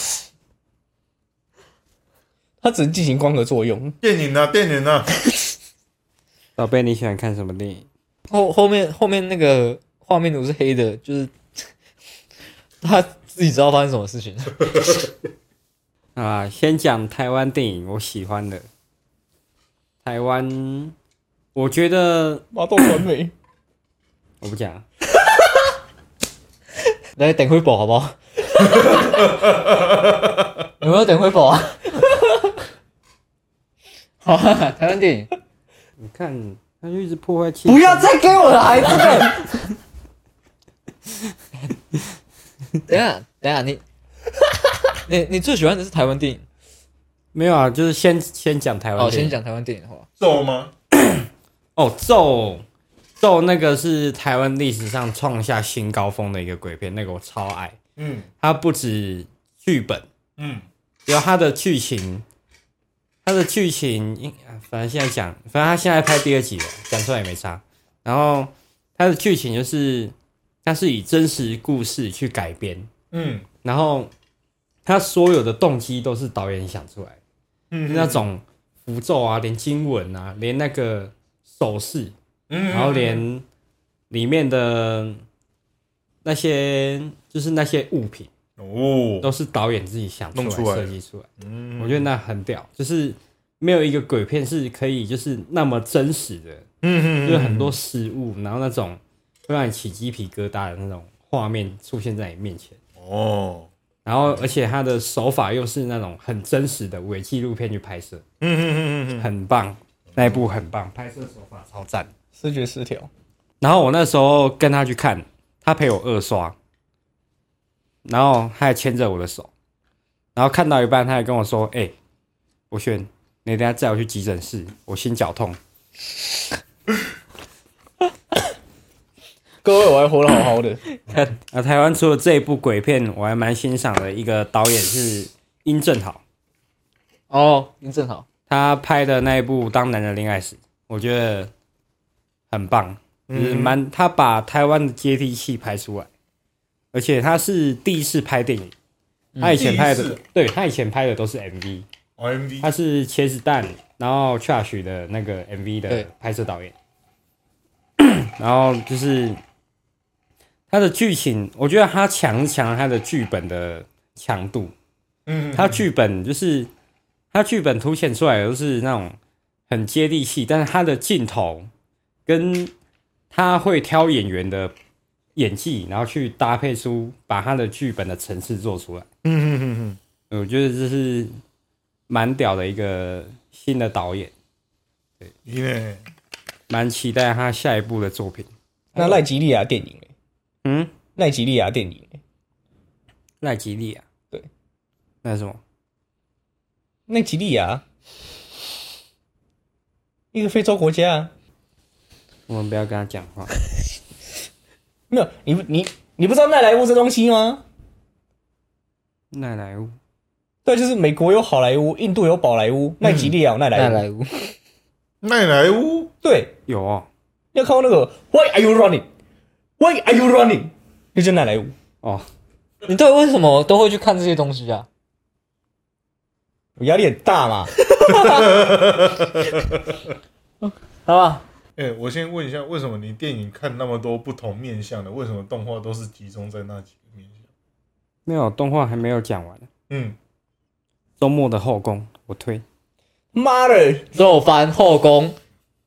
B: 他只能进行光合作用。
C: 电影啊电影啊，
D: 宝贝，你喜欢看什么电影？
A: 后后面后面那个画面都是黑的，就是他自己知道发生什么事情。
D: 啊，先讲台湾电影，我喜欢的。台湾，我觉得
B: 马豆传媒，
D: 我不讲，
A: 来等会宝好不好？有没有等会宝啊？好啊，台湾电影，
D: 你看他就一直破坏气氛。
A: 不要再给我来这个。等一下，等一下，你你你最喜欢的是台湾电影？
D: 没有啊，就是先先讲台湾
A: 哦，
D: 电影。
A: 先讲台湾电影的话，
C: 咒吗？
D: 哦，咒咒那个是台湾历史上创下新高峰的一个鬼片，那个我超爱。
C: 嗯
D: 它不止剧本，
C: 嗯，
D: 有它的剧情，它的剧情，应反正现在讲，反正他现在拍第二集了，讲出来也没差。然后它的剧情就是，它是以真实故事去改编，
C: 嗯
D: 然后他所有的动机都是导演想出来的，
C: 嗯，
D: 那种符咒啊，连经文啊，连那个手势，
C: 嗯，
D: 然后连里面的那些就是那些物品，
C: 哦，
D: 都是导演自己想出来
C: 弄出来
D: 设计出来。
C: 嗯，
D: 我觉得那很屌，就是没有一个鬼片是可以就是那么真实的，
C: 嗯嗯，
D: 就是很多失误，然后那种会让你起鸡皮疙瘩的那种画面出现在你面前。
C: 哦，
D: 然后，而且他的手法又是那种很真实的伪纪录片去拍摄，
C: 嗯嗯嗯嗯
D: 很棒，那一部很棒，拍摄手法超赞。
B: 视觉失调。
D: 然后我那时候跟他去看，他陪我二刷，然后他还牵着我的手，然后看到一半，他还跟我说：“哎、欸，博轩，你等一下载我去急诊室，我心绞痛。”
B: 各位，我还活得好好的。
D: 看啊，台湾除了这一部鬼片，我还蛮欣赏的一个导演是殷正豪，
A: 哦，您正好，
D: 他拍的那一部《当男人恋爱时》，我觉得很棒，就是蛮他把台湾的接地气拍出来，而且他是第一次拍电影，他以前拍的，
C: 第一次
D: 对他以前拍的都是 M V，
C: ，M V，
D: 他是茄子蛋，然后 Trash 的那个 M V 的
A: 对
D: 拍摄导演，然后就是他的剧情，我觉得他强强他的剧本的强度，
C: 嗯，
D: 他剧本就是他剧本凸显出来的都是那种很接地气，但是他的镜头跟他会挑演员的演技，然后去搭配出把他的剧本的层次做出来。
C: 嗯嗯嗯
D: 嗯，我觉得这是蛮屌的一个新的导演，
C: 嗯，耶，
D: 蛮期待他下一部的作品。
B: 那赖吉利亚电影、欸，
D: 嗯，
B: 赖吉利亚电影、欸，
D: 赖吉利亚，
B: 对，
D: 那是什么？
B: 赖吉利亚，一个非洲国家啊。
D: 我们不要跟他讲话。
B: 没有，你你你不知道奈莱坞这东西吗？
D: 奈莱坞，
B: 对，就是美国有好莱坞，印度有宝莱坞，奈吉利亚有奈莱坞。
A: 奈莱坞，
C: 奈莱坞，
B: 对，
D: 有哦，
B: 你有看过那个 Why are you running? Why are you running? 那就奈莱坞。
D: 哦，
A: 你到底为什么都会去看这些东西啊？
B: 我压力很大嘛。
A: 好吧，
C: 哎、我先问一下，为什么你电影看那么多不同面向的，为什么动画都是集中在那几个面向？
D: 没有动画还没有讲完，
C: 嗯，
D: 周末的后宫我推。
B: 妈的，
A: 肉番后宫，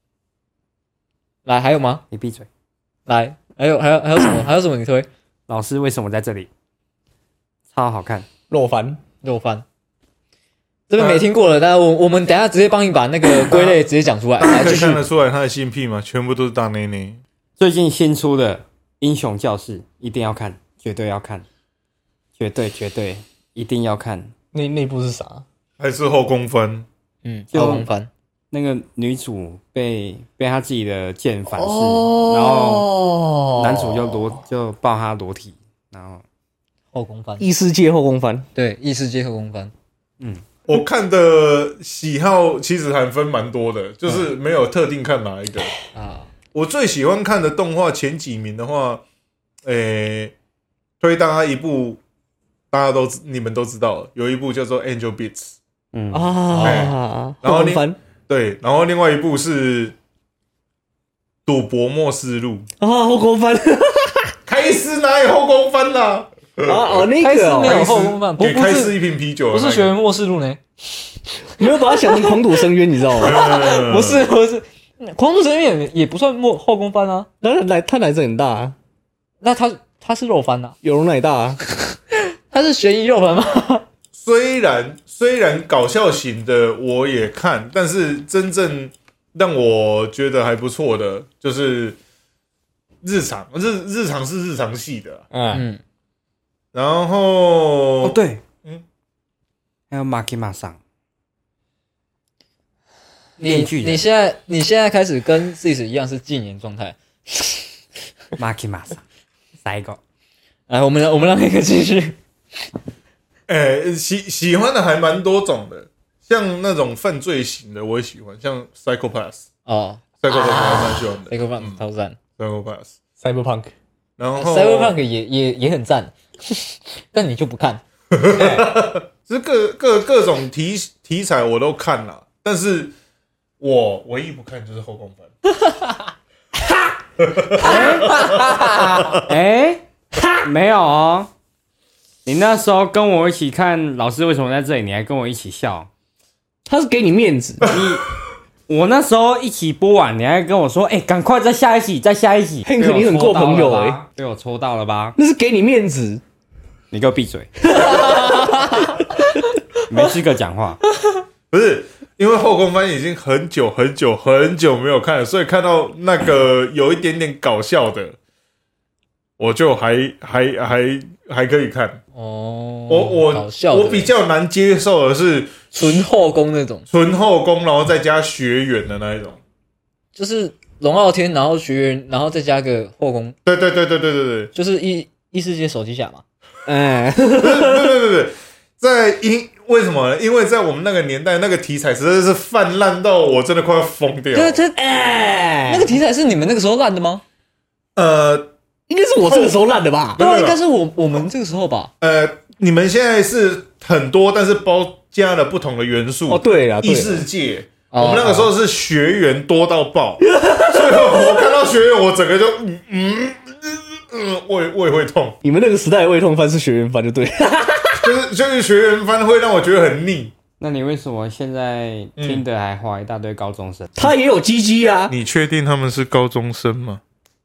A: 来还有吗？
D: 你闭嘴！
A: 来，还有还有还有什么？还有什么你推？
D: 老师为什么在这里？超好看。
B: 肉番，
A: 肉番，这边没听过了，但是我我们等一下直接帮你把那个归类直接讲出来，来继续
C: 可以看。得出来他的性癖吗？全部都是大内内。
D: 最近新出的《英雄教室》一定要看，绝对要看，绝对绝对一定要看。
B: 那那部是啥？
C: 还是后宫番？
A: 嗯，
D: 就
A: 后宫番，
D: 那个女主被被她自己的剑反噬，
B: 哦
D: 然后男主就裸就抱她裸体，然后
A: 后宫番，
B: 异世界后宫番，
A: 对，异世界后宫番，
D: 嗯，
C: 我看的喜好其实还分蛮多的，就是没有特定看哪一个。
A: 啊，
C: 我最喜欢看的动画前几名的话，诶、推大家一部，大家都知你们都知道了，有一部叫做《Angel Beats》，
D: 嗯
B: 啊，
C: 然后另
B: 后宫番
C: 对，然后另外一部是《赌博默示录》。
B: 啊，后宫番
C: 开司哪有后宫番啦？
B: 啊哦，那
A: 开始
B: 个哦
A: 没有后宫番，不
C: 给
A: 不是
C: 开司一瓶啤酒的那个，
A: 不是学员末世录呢？
B: 没有把它想成狂赌深渊，你知道吗？
C: 呃
A: 不是不是，狂赌神渊也也不算末后宫番啊，
B: 那来他奶子很大啊，
A: 那他他是肉番啊，
B: 有容乃大啊，
A: 他是悬疑肉番吗？
C: 虽然虽然搞笑型的我也看，但是真正让我觉得还不错的，就是日常日日常是日常系的，
B: 嗯，
A: 嗯，
C: 然后
D: 哦对，
C: 嗯
D: 嗯，还有马基马上，
A: 你
D: 面具人
A: 你现在你现在开始跟 Sis 一样是禁言状态。
D: 马基马上，下一个
A: 来，我们我们让那个继续。
C: 诶、喜喜欢的还蛮多种的，像那种犯罪型的我也喜欢，像 Psychopath，Psychopath
A: 哦
C: 还蛮喜欢的
A: ，Cyberpunk 超赞
C: ，Psychopath，
B: Cyberpunk
C: 然后
A: ，Cyberpunk 也也也很赞，但你就不看。
C: 就是各各各种题题材我都看了，但是我唯一不看就是后宫番。
D: 哎，没有哦。你那时候跟我一起看，老师为什么在这里？你还跟我一起笑。
B: 他是给你面子，
D: 我那时候一起播完，你还跟我说：“哎、赶快再下一集，再下一集。”
B: Hank，你很过朋友哎、
D: 欸，被我抽到了吧？
B: 那是给你面子。
D: 你给我闭嘴！没资格讲话。
C: 不是因为后宫番已经很久很久很久没有看了，所以看到那个有一点点搞笑的，我就还还还还可以看。
A: 哦，
C: 我我
A: 搞笑的
C: 我比较难接受的是
A: 纯后宫那种，
C: 纯后宫，然后再加学员的那一种。
A: 就是龙傲天，然后学员，然后再加个后宫，
C: 对对对对对对对，
A: 就是异异世界手机侠嘛。
B: 哎，
C: 对对对对对，在因为什么呢？因为在我们那个年代，那个题材实在是泛滥到我真的快要疯掉了。
A: 对，这
B: 哎，
A: 那个题材是你们那个时候烂的吗？
C: 呃
B: 应该是我这个时候烂的吧？
A: 对啊，
C: 没有
A: 应该是我我们这个时候吧。
C: 呃，你们现在是很多，但是包加了不同的元素。
B: 哦，对了，对
C: 异
B: 啦
C: 世界，
A: 哦
C: 我们那个时候是学员多到爆，所以我看到学员，我整个就嗯嗯嗯，胃胃会痛，
B: 你们那个时代的胃痛番是学员番就对了，
C: 就是就是学员番会让我觉得很腻。
D: 那你为什么现在听的还画一大堆高中生？
B: 他也有鸡鸡啊。
C: 你确定他们是高中生吗？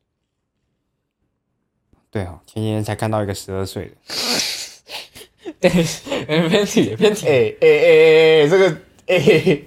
D: 对哦，前几天才看到一个十二岁的。
A: 哎，偏题偏题，
B: 哎哎哎哎，这个哎，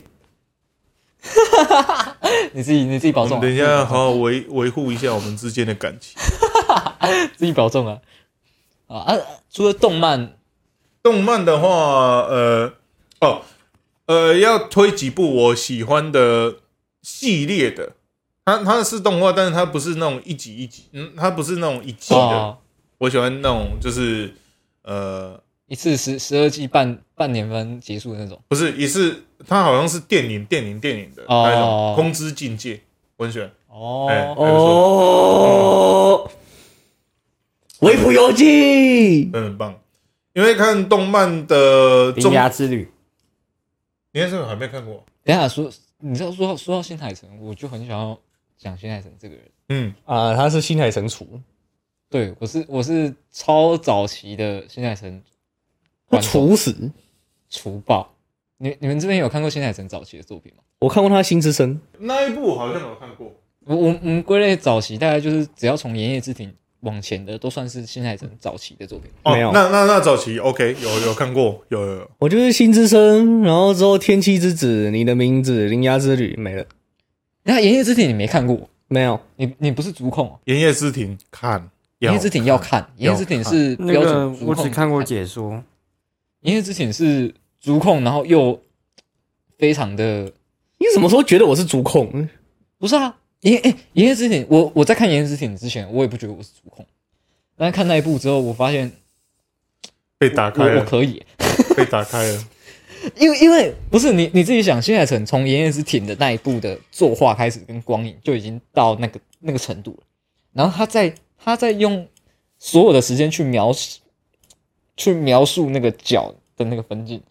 A: 你自己你自己保重啊，
C: 我们等一下好好维维护一下我们之间的感情。
A: 自己保重啊。啊啊！除了动漫，
C: 动漫的话，呃，哦，呃，要推几部我喜欢的系列的。它它是动画，但是它不是那种一集一集，嗯，它不是那种一季的。
A: 哦，
C: 我喜欢那种就是呃，
A: 一次十十二季半半年番结束的那种。
C: 不是，也是它好像是电影电影电影的
A: 哦
C: 那一种《空之境界》，我很喜欢。
A: 哦
C: 哎
B: 哦，维普游记
C: 真的很棒。因为看动漫的
D: 铃
C: 中
D: 芽之旅，
C: 年轻人还没看过。
A: 等一下说，你知道说到说到新海诚，我就很想要讲新海诚这个人。
C: 嗯
B: 啊，他是新海诚厨，
A: 对，我是我是超早期的新海诚
B: 他
A: 观众
B: 厨死。
A: 厨爆。你你们这边有看过新海诚早期的作品吗？
B: 我看过他的《新之声》，
C: 那一部好像有看过。
A: 我我我们归类早期，大概就是只要从《炎夜之庭》往前的，都算是新海诚早期的作品。
C: 哦，
B: 没有
C: 那那那早期 OK 有有看过，有有有。
B: 我就是《新之声》，然后之后《天气之子》、你的名字、铃芽之旅没了，
A: 那《炎夜之庭》你没看过？
B: 没有。
A: 你你不是足控哦，
C: 炎夜之庭看，
A: 《炎夜之庭》要看，《炎夜之庭》是标
D: 那个
A: 准足控。
D: 我只看过解说，
A: 《炎夜之庭》是足控，然后又非常的
B: 你什么时候觉得我是主控？
A: 不是啊。炎哎，炎夜之庭，我我在看炎夜之庭之前，我也不觉得我是足控，但是看那一部之后，我发现
C: 被打开
A: 我我
C: 了，
A: 可以，
C: 被打开了。
A: 因为因为不是你你自己想，新海诚从炎夜之庭的那一部的作画开始跟光影就已经到那个那个程度了，然后他在他在用所有的时间去描述去描述那个角的那个分镜。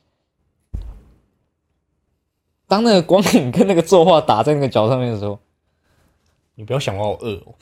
A: 当那个光影跟那个作画打在那个角上面的时候，
B: 你不要想我好饿哦。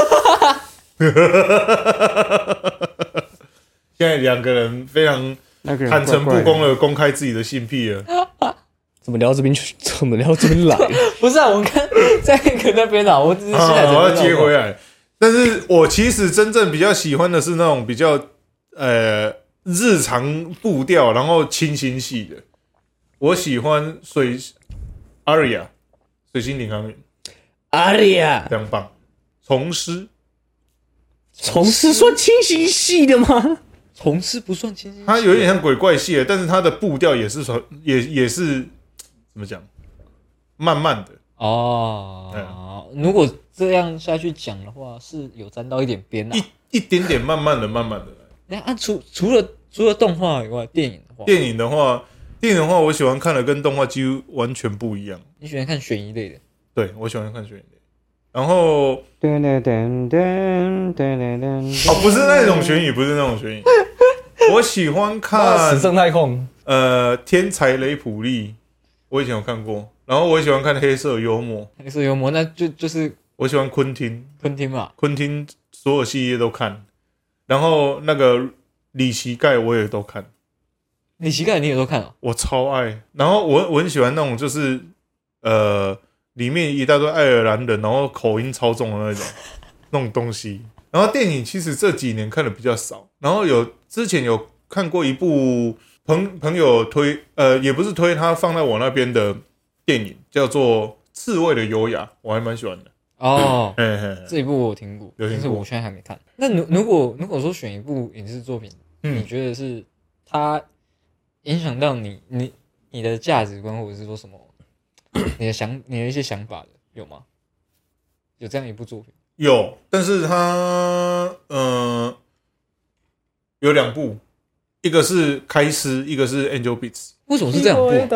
C: 现在两个人非常
D: 那个人
C: 坦诚
D: 怪怪的
C: 不公的公开自己的性癖了。
B: 怎么聊到这边去？怎么聊到这边来？
A: 不是啊，我看在那个那边啊，我只是新海诚
C: 啊我要接回
A: 来。
C: 来。但是我其实真正比较喜欢的是那种比较呃日常步调，然后清新系的。我喜欢水阿瑞亚水星领航员，
B: 阿里亚，
C: 非常棒。虫师
B: 虫师算清晰系的吗？
A: 虫师不算清新，
C: 它有点像鬼怪系的，但是它的步调也是说也也是怎么讲，慢慢的。
A: 哦。如果这样下去讲的话，是有沾到一点边啊。
C: 一一点点慢慢的、慢慢的来。
A: 那啊，除除了除了动画以外，电影的话，
C: 电影的话，电影的话，我喜欢看的跟动画几乎完全不一样。
A: 你喜欢看悬疑类的？
C: 对，我喜欢看悬疑类。然后
D: 噔噔噔噔噔噔噔，
C: 哦，不是那种悬疑，不是那种悬疑。我喜欢看
B: 死生太空，
C: 呃《天才雷普利》，我以前有看过。然后我也喜欢看黑色幽默，
A: 黑色幽默，那就就是
C: 我喜欢昆汀，
A: 昆汀嘛。
C: 昆汀所有系列都看。然后那个李奇盖我也都看。
A: 你膝盖你也都看了？
C: 我超爱。然后我我很喜欢那种就是呃里面一大堆爱尔兰人，然后口音超重的那种那种东西。然后电影其实这几年看的比较少，然后有之前有看过一部朋朋友推呃也不是推，他放在我那边的电影叫做《刺猬的优雅》，我还蛮喜欢的。
A: 哦，
C: 嘿嘿嘿
A: 这一部我有听过，
C: 有听过
A: 但是我现在还没看。那如如果如果说选一部影视作品，
C: 嗯
A: 你觉得是它影响到你你你的价值观，或者是说什么你的想你的一些想法的，有吗？有这样一部作品？
C: 有，但是它呃有两部，一个是开司，一个是 Angel Beats。
A: 为什么是这两部啊？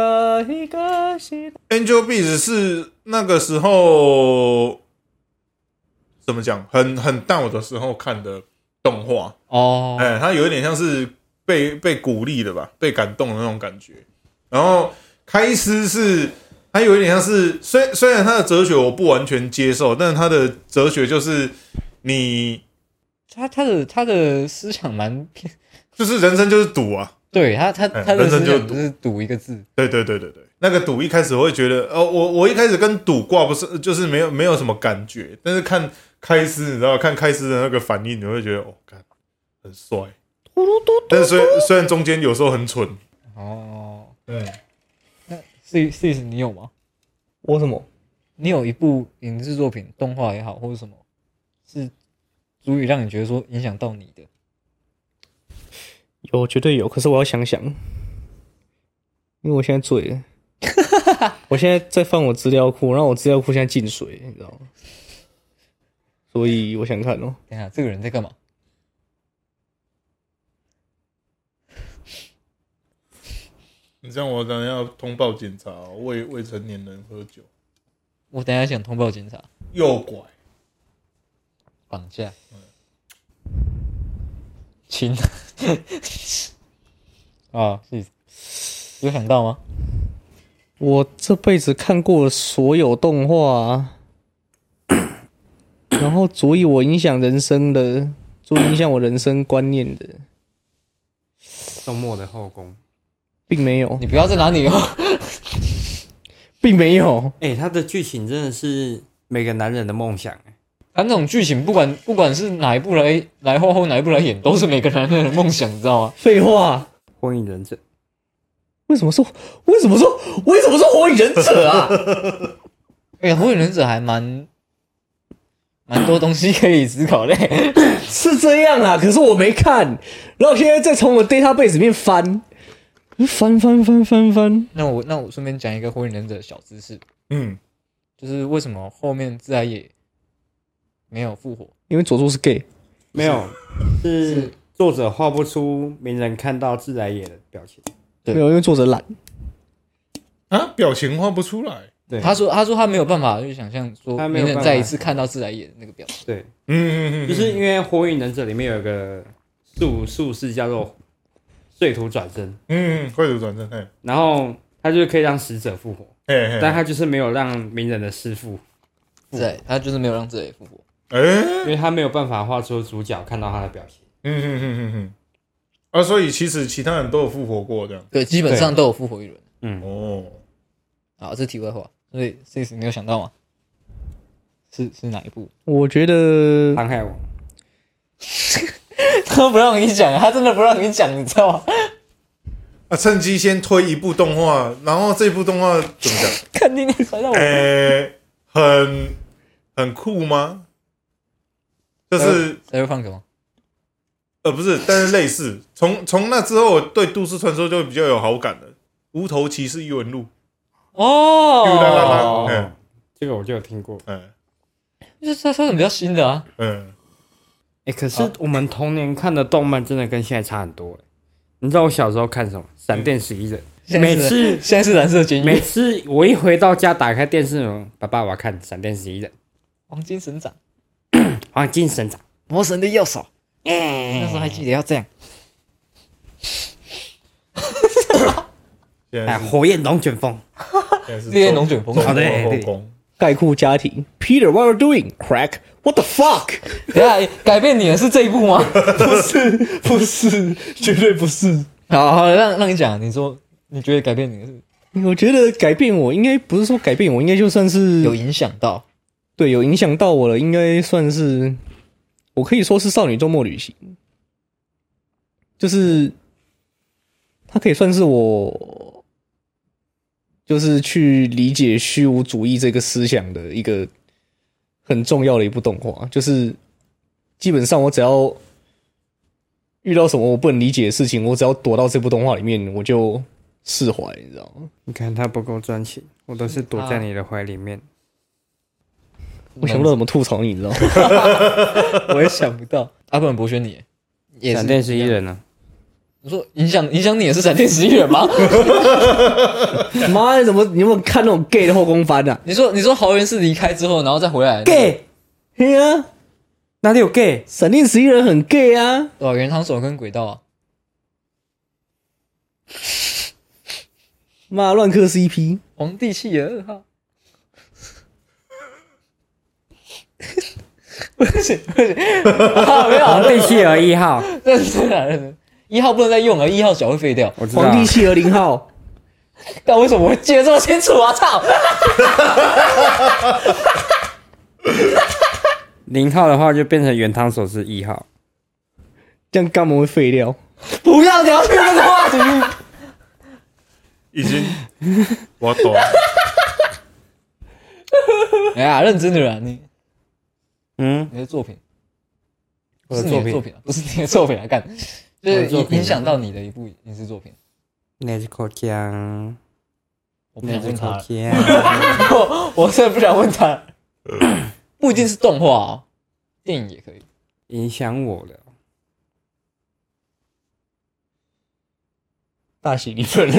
C: Angel Beats 是那个时候怎么讲，很很 down 的时候看的动画。
A: 哦，
C: 哎、它有一点像是被被鼓励的吧，被感动的那种感觉。然后开司是它有一点像是，虽虽然它的哲学我不完全接受，但是它的哲学就是你
A: 他他的他的思想蛮偏，
C: 就是人生就是赌啊。
A: 对他他
C: 哎
A: 他的思
C: 人生就是赌
A: 想就是赌一个字。
C: 对对对对对，那个赌一开始我会觉得，哦，我我一开始跟赌挂不是，就是没有没有什么感觉，但是看开司，你知道，看开司的那个反应，你会觉得，哦，干，很帅。但是虽虽然中间有时候很蠢，
A: 哦，
C: 对，
A: 那 C C 你有吗？
B: 我什么？
A: 你有一部影视作品，动画也好，或者什么，是足以让你觉得说影响到你的？
B: 有，绝对有。可是我要想想，因为我现在醉了，我现在在翻我资料库，然后我资料库现在进水，你知道吗？所以我想看哦。
A: 等一下，这个人在干嘛？
C: 你这样我当然要通报警察、哦，未未成年人喝酒，
A: 我等一下想通报警察，
C: 诱拐，
A: 绑架，亲啊，是有想到吗？
B: 我这辈子看过所有动画，然后足以我影响人生的，足以影响我人生观念的，
D: 周末的后宫，
B: 并没有，
A: 你不要再拿你哦。
B: 并没有。
D: 哎、欸，他的剧情真的是每个男人的梦想、欸。
A: 他那种剧情，不管不管是哪一部来来画或哪一部来演，都是每个男人的梦想，你知道吗？
B: 废话，
D: 火影忍者，
B: 为什么说？为什么说？为什么说火影忍者啊？
A: 哎、欸，火影忍者还蛮蛮多东西可以思考的。
B: 是这样啊，可是我没看，然后现在再从我 database 里面翻，翻翻翻翻翻。
A: 那我那我顺便讲一个火影忍者的小知识，
C: 嗯，
A: 就是为什么后面自来也没有复活？
B: 因为佐助是 gay，
D: 没有，是
A: 是
D: 作者画不出鸣人看到自来也的表情。
A: 对
B: 没有，因为作者懒。
C: 啊，表情画不出来。
D: 对，
A: 他说他说他没有办法去想象说
D: 他没有办法
A: 鸣人再一次看到自来也的那个表情。
D: 对，
C: 嗯嗯嗯，
D: 就是因为火影忍者里面有一个术术士叫做碎土转生，
C: 嗯，快速转身，嘿，
D: 然后他就是可以让死者复活，
C: 嘿嘿，
D: 但他就是没有让鸣人的师傅，
A: 对，他就是没有让自来也复活。
C: 哎，
D: 因为他没有办法画出主角看到他的表情。
C: 嗯嗯嗯嗯嗯，啊，所以其实其他人都有复活过这样。
A: 对，基本上都有复活一轮。
D: 嗯，
C: 哦，
A: 好，这是题外话。所以 ，Six 你有想到吗？是是哪一部？
B: 我觉得
D: 航海王，
A: 他不让你讲，他真的不让你讲，你知道吗？
C: 啊，趁机先推一部动画，然后这部动画怎么讲？
A: 看你你传到我。
C: 呃，很很酷吗？就是
A: 谁会放什么？
C: 呃，不是，但是类似。从从那之后，我对都市传说就比较有好感了。无头骑士异闻录，
A: 哦，
C: 啦啦啦
D: 哦
C: 嗯，
D: 这个我就有听过。
C: 嗯
A: 就是它它是比较新的啊。
C: 嗯，
D: 哎、可是我们童年看的动漫真的跟现在差很多、欸。你知道我小时候看什么？闪电十一人。
A: 现在是
D: 每次
A: 现在是蓝色监
D: 每
A: 狱，
D: 次我一回到家，打开电视，爸爸我要看闪电十一人，
A: 黄金神掌，
D: 黄金神掌。
A: 魔神的右手。那时候还记得要这样。
D: 哎，
C: 现在是
D: 火焰龙卷风。
C: 现在是
A: 烈焰龙卷风。
D: 好的对
C: 后宫，
B: 概括家庭 ，Peter what are you doing? Crack what the fuck？
A: 等一下改变你的是这一部吗？
B: 不是不是，绝对不是。
A: 好好，让让你讲，你说你觉得改变你的是
B: 我觉得改变我，应该不是说改变我，应该就算是
A: 有影响到。
B: 对有影响到我了，应该算是我可以说是少女周末旅行，就是它可以算是我就是去理解虚无主义这个思想的一个很重要的一部动画，就是基本上我只要遇到什么我不能理解的事情，我只要躲到这部动画里面，我就释怀，你知道吗？
D: 你看他不够专情，我都是躲在你的怀里面。
B: 我想不到怎么吐槽你，你知道吗？
A: 我也想不到。阿本博轩你也是
D: 闪电十一人呢、
A: 我说影响影响你也是闪电十一人吗？
B: 妈的，怎么你有没有看那种 gay 的后宫番啊
A: 你说你说豪园是离开之后，然后再回来
D: ？gay
B: 嘿啊，
D: 哪里有 gay？
B: 闪电十一人很 gay 啊！
A: 对吧？原汤手跟轨道啊，
B: 妈乱磕 C P，
A: 皇帝企鹅二号。不行不行，啊没有
D: 皇帝企鹅一号，
A: 认真啊认真。一号不能再用了，一号脚会废掉。
D: 我知道。
B: 皇帝企鹅零号，
A: 但为什么我会记得这么清楚啊？操！
D: 零号的话就变成原汤手是一号。
B: 这样肛门会废掉。
A: 不要聊这个话题。
C: 已经我懂了。
A: 哎呀，认真的人，你
D: 嗯，
A: 你的作品，不
D: 我的作品
A: 是你的作品啊，不是你的作品来干，就是影影响到你的一部影视作品。
D: 那是口腔，
A: 我不
D: 那是
A: 想问他了，
D: 口腔。
A: 我我真的不想问他，不一定是动画哦，电影也可以。
D: 影响我的。
B: 大喜力本。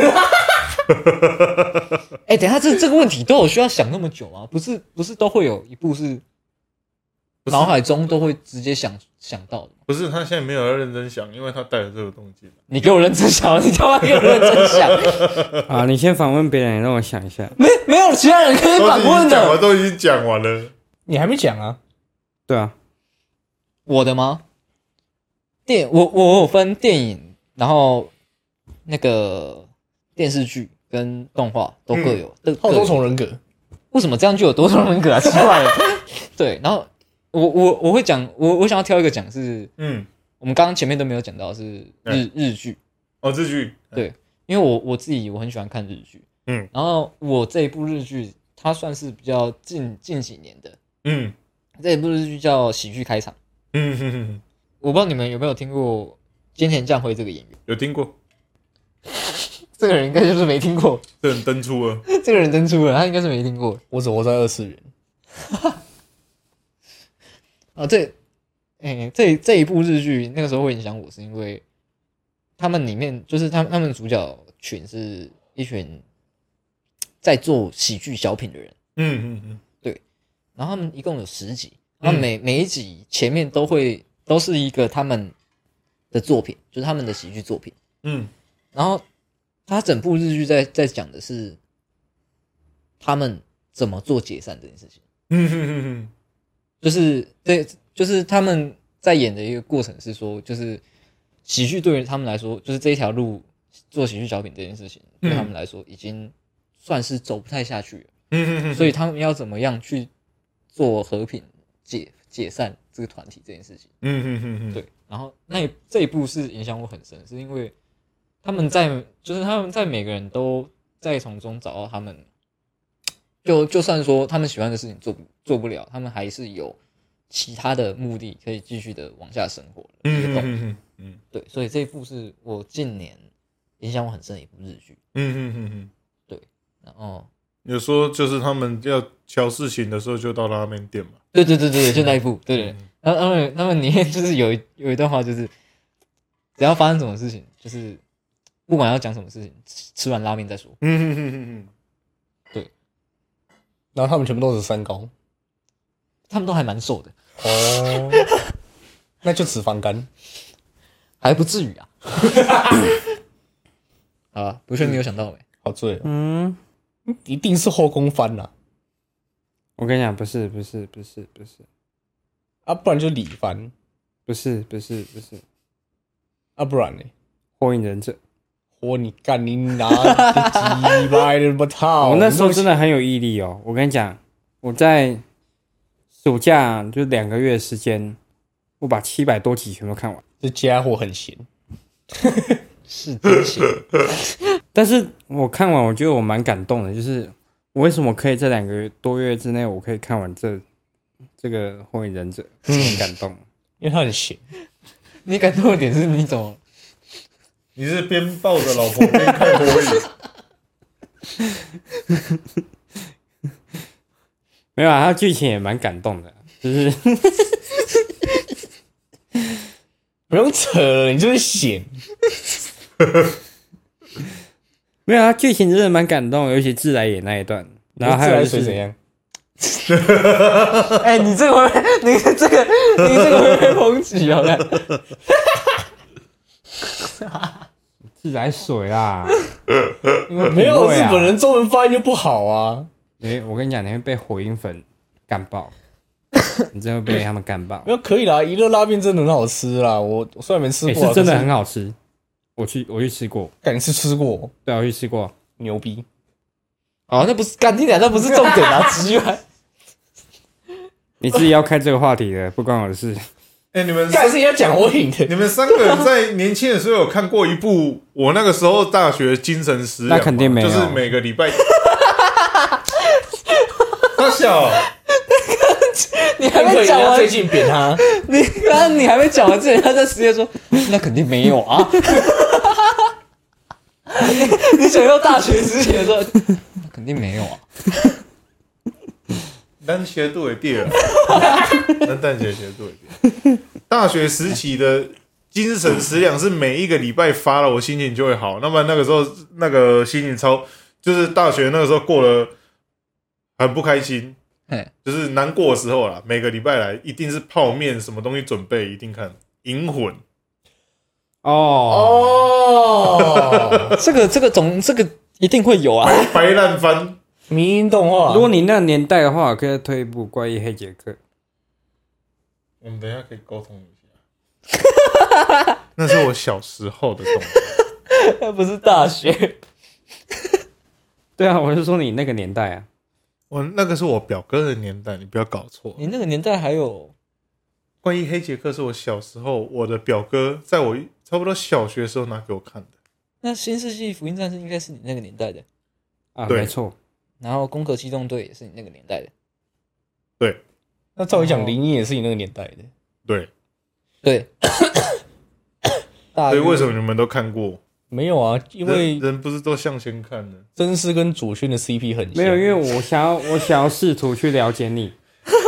A: 哎、欸，等一下，这这个问题都有需要想那么久吗？不是，不是都会有一部是脑海中都会直接想想到的。
C: 不是他现在没有要认真想，因为他带了这个东西。
A: 你给我认真想，你他妈给我认真想
D: 啊！你先访问别人，让我想一下。
A: 没没有其他人可以反问的。
C: 我都已经讲完了，
B: 你还没讲啊？
D: 对啊，
A: 我的吗？电我我有分电影，然后那个电视剧跟动画都各有，
B: 嗯、都多重人格。
A: 为什么这样就有多重人格啊？奇怪了。对，然后我我我会讲，我我想要挑一个讲是，嗯，我们刚刚前面都没有讲到是日、嗯、日剧。
C: 哦，日剧。
A: 对，因为我我自己我很喜欢看日剧，嗯，然后我这一部日剧它算是比较近近几年的，嗯，这一部日剧叫《喜剧开场》，嗯哼哼。我不知道你们有没有听过菅田将晖这个演员？
C: 有听过。
A: 这个人应该就是没听过。
C: 这人登出了。
A: 这个人登出了，他应该是没听过。
B: 我只活在二次元。
A: 啊，这，哎、欸，这这一部日剧那个时候会影响我，是因为他们里面就是他们他们主角群是一群在做喜剧小品的人。嗯嗯嗯，对。然后他们一共有十集，然后每、嗯、每一集前面都会都是一个他们的作品，就是他们的喜剧作品。嗯，然后他整部日剧在在讲的是他们怎么做解散这件事情。嗯哼哼哼。就是对，就是他们在演的一个过程是说，就是喜剧对于他们来说，就是这一条路做喜剧小品这件事情，对他们来说已经算是走不太下去了。嗯，所以他们要怎么样去做和平解解散这个团体这件事情。嗯嗯嗯嗯，对。然后那这一部是影响我很深，是因为他们在就是他们在每个人都在从中找到他们。就就算说他们喜欢的事情做不做不了，他们还是有其他的目的可以继续的往下生活的。嗯嗯嗯嗯，对，所以这一部是我近年影响我很深的一部日剧。嗯嗯嗯嗯，对。然后
C: 有说就是他们要瞧事情的时候就到拉面店嘛。
A: 对对对对，就那一部，对对。然后他们他们里面就是有一有一段话，就是只要发生什么事情，就是不管要讲什么事情，吃完拉面再说。嗯嗯嗯嗯嗯。
B: 然后他们全部都是三高，
A: 他们都还蛮瘦的
B: 哦，那就脂肪肝，
A: 还不至于啊。好啊，不是你有想到没？
B: 好醉了，嗯，一定是后宫番啦。
D: 我跟你讲，不是，不是，不是，不是，
B: 啊，不然就李番，
D: 不是，不是，不是，
B: 啊，不然呢？
D: 火影忍者。
B: 我你干你拿几百的不套！
D: 我那时候真的很有毅力哦。我跟你讲，我在暑假就两个月的时间，我把七百多集全部看完。
B: 这家伙很闲，
A: 是真闲。
D: 但是我看完，我觉得我蛮感动的，就是我为什么可以在两个多月之内，我可以看完这这个《火影忍者》，很感动，
B: 因为他很闲。
A: 你感动的点是你怎么？
C: 你是边抱着老婆边看火影？
D: 没有啊，他剧情也蛮感动的，就是
B: 不用扯了，你就是闲。
D: 没有啊，剧情真的蛮感动，尤其自来也那一段，然后还有、就是、
B: 自来水怎样？
A: 哎、欸，你这个会，你这个，你这个会被抨击哦！
D: 自来水啦，
B: 因为没有日本人中文发音就不好啊。
D: 欸、我跟你讲，你会被火影粉干爆，你真的会被他们干爆。
B: 没有可以啦，一乐拉面真的很好吃啦。我我虽然没吃过、
D: 欸，是真的很好吃。我去我去吃过，
B: 干你是吃过？
D: 对啊，我去吃过，
B: 牛逼。
A: 哦，那不是干听起来那不是重点啊，直白。
D: 你自己要开这个话题的，不关我的事。
C: 哎、欸，你们
B: 干是要讲火影的。
C: 你们三个人在年轻的时候有看过一部我那个时候大学精神食粮？
D: 那肯定没有，
C: 就是每个礼拜。他小，
A: 你还没讲完，
B: 最近扁他。
A: 你刚刚你还没讲完之前，他在直接说，那肯定没有啊。你, 你想到大学之前的时候，那肯定没有啊。
C: 咱学度会变，咱蛋学学度会变。大学时期的精神食粮是每一个礼拜发了，我心情就会好。那么那个时候那个心情超，就是大学那个时候过得很不开心， 就是难过的时候啦，每个礼拜来一定是泡面，什么东西准备一定看《银魂》
D: 哦
A: 哦，这个这个总这个一定会有啊，
C: 白烂番。
B: 迷因动画。
D: 如果你那个年代的话，可以推一部《怪异黑杰克》。
C: 我们等一下可以沟通一下。那是我小时候的动画，
A: 那不是大学。
D: 对啊，我就说你那个年代啊。
C: 我那个是我表哥的年代，你不要搞错。
A: 你那个年代还有
C: 关于黑杰克是我小时候，我的表哥在我差不多小学的时候拿给我看的。
A: 那《新世纪福音战士》应该是你那个年代的
D: 啊，
C: 对
D: 没错。
A: 然后《攻壳机动队》也是你那个年代的。
C: 对，
B: 那照理讲，灵异也是你那个年代的。
C: 对，
A: 对。大
C: 所以为什么你们都看过？
B: 没有啊，因为
C: 人人不是都向前看的。
B: 真丝跟祖轩的 C P 很像。
D: 没有，因为我想要，我想要试图去了解你，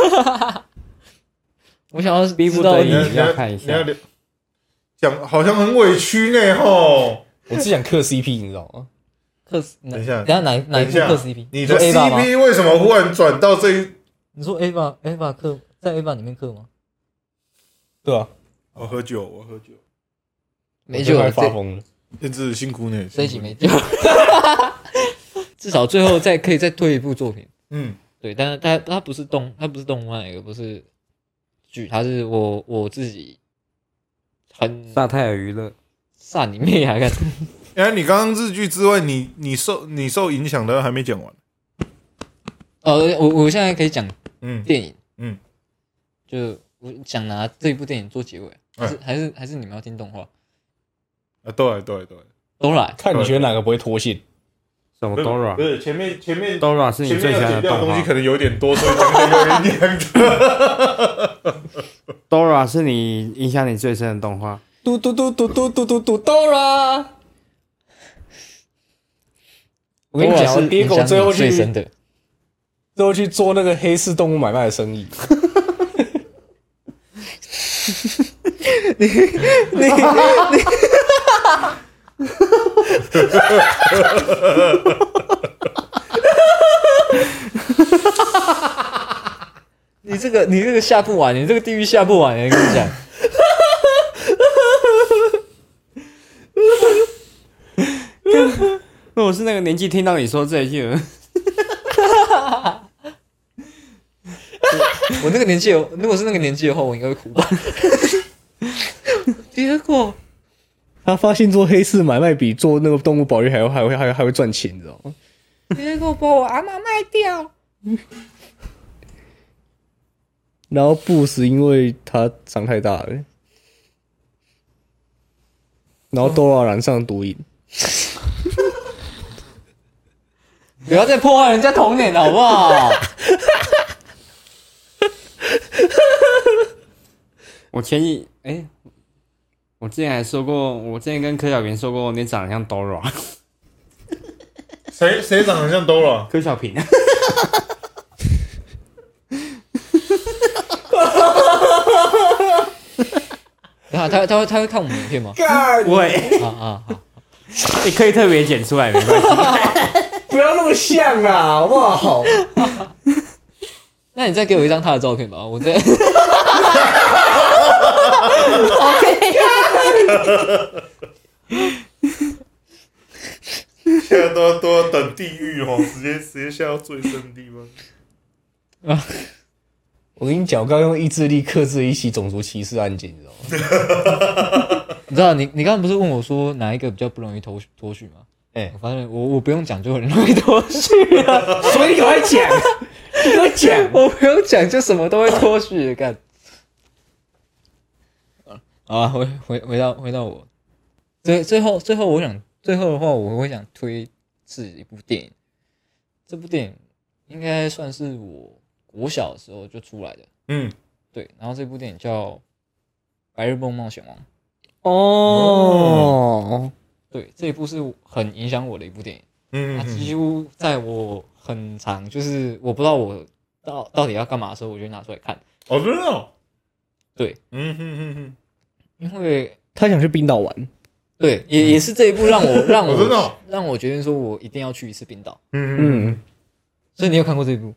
A: 我想要
D: 逼不
A: 知道
D: 得已
A: 你
D: 要看一下。
C: 你要讲好像很委屈呢吼。
B: 我只想嗑 C P，你知道吗？
A: 克
C: 等一下
A: 等一下哪哪一部
C: 等一下
A: 克 C P？
C: 你的
A: 说 A 吧吗？
C: C P 为什么忽然转到这一？
A: 你说 A 吧 A 吧克在 A 吧里面克吗？
B: 对啊，
C: 我喝酒，我喝酒。
A: 没救了，
B: 还发疯了。
C: 燕子辛苦你，
A: 这一集没救。至少最后再可以再推一部作品。
C: 嗯，
A: 对，但是它它不是动，它不是动漫，也不是剧，它是我我自己很
D: 萨泰尔娱乐，
A: 萨你妹还看。
C: 哎，你刚刚日剧之外，你你受你受影响的还没讲完。
A: 呃，我我现在可以讲
C: 嗯
A: 电影，
C: 嗯，
A: 就我想拿这部电影做结尾，还是、还是还是你们要听动画？
C: 啊，都来都来都来。
A: 都来。
B: 看你觉得哪个不会脱线？
D: 什么
C: 不是不
D: Dora？Dora
C: 是前面前面
D: 是你
C: 前
D: 最喜欢
C: 面要剪掉的
D: 动画
C: 东西可能有点多，所以讲的有一点的。
D: ，Dora 是你影响你最深的动画。
B: 嘟嘟嘟嘟嘟嘟嘟嘟 Dora。我跟你讲，
A: 是
B: 跌狗最后去
A: 最深的。
B: 最后去做那个黑市动物买卖的生意。
A: 你你你，你这个你这个下不完，你这个地狱下不完，我跟你讲。
D: 如果是那个年纪听到你说这一句，
A: 我那个年纪有，如果是那个年纪的话，我应该会哭吧。结果
B: 他发现做黑市买卖比做那个动物保育还会还会还会还会赚钱，你知道吗？
A: 结果把我阿妈卖掉。
B: 然后布什因为他长太大了，然后 Dora 染上毒瘾。
A: 不要再破坏人家童年了，好不好？
D: 我前一哎、欸，我之前还说过，我之前跟柯小平说过，你长得像 Dora。
C: 谁谁长得像 Dora？
D: 柯小平。
A: 然后他他会他会看我们影片吗？
D: 不会，
A: 啊啊好，
D: 你可以特别剪出来，没关系。
B: 不要那么像啊，好不好？
A: 那你再给我一张他的照片吧，我再。
C: 现在都要都要等地狱哦，直接直接下到最深的地方。
A: 啊！
B: 我跟你讲，我刚刚用意志力克制一起种族歧视案件，你知道吗？
A: 你知道你你刚刚不是问我说哪一个比较不容易脱脱序吗？
B: 哎、欸，
A: 我发现我我不用讲就很容易脱序了，
B: 所以你赶快讲，你赶快讲，
A: 我不用讲就什么都会脱序，干。好啊，回回回到回到我，最最后最后我想最后的话，我会想推是一部电影，这部电影应该算是我国小的时候就出来的，
C: 嗯，
A: 对，然后这部电影叫《白日梦冒险王》。
B: 哦，
A: 对，这一部是很影响我的一部电影，
C: 嗯
A: 它几乎在我很长，就是我不知道我到到底要干嘛的时候，我就拿出来看。
C: 哦，真的哦，
A: 对，
C: 嗯哼哼哼，
A: 因为
B: 他想去冰岛玩，
A: 对，也也是这一部让我让我
C: 哦真的哦
A: 让我决定说我一定要去一次冰岛。
C: 嗯嗯，
B: 嗯，
A: 所以你有看过这一部？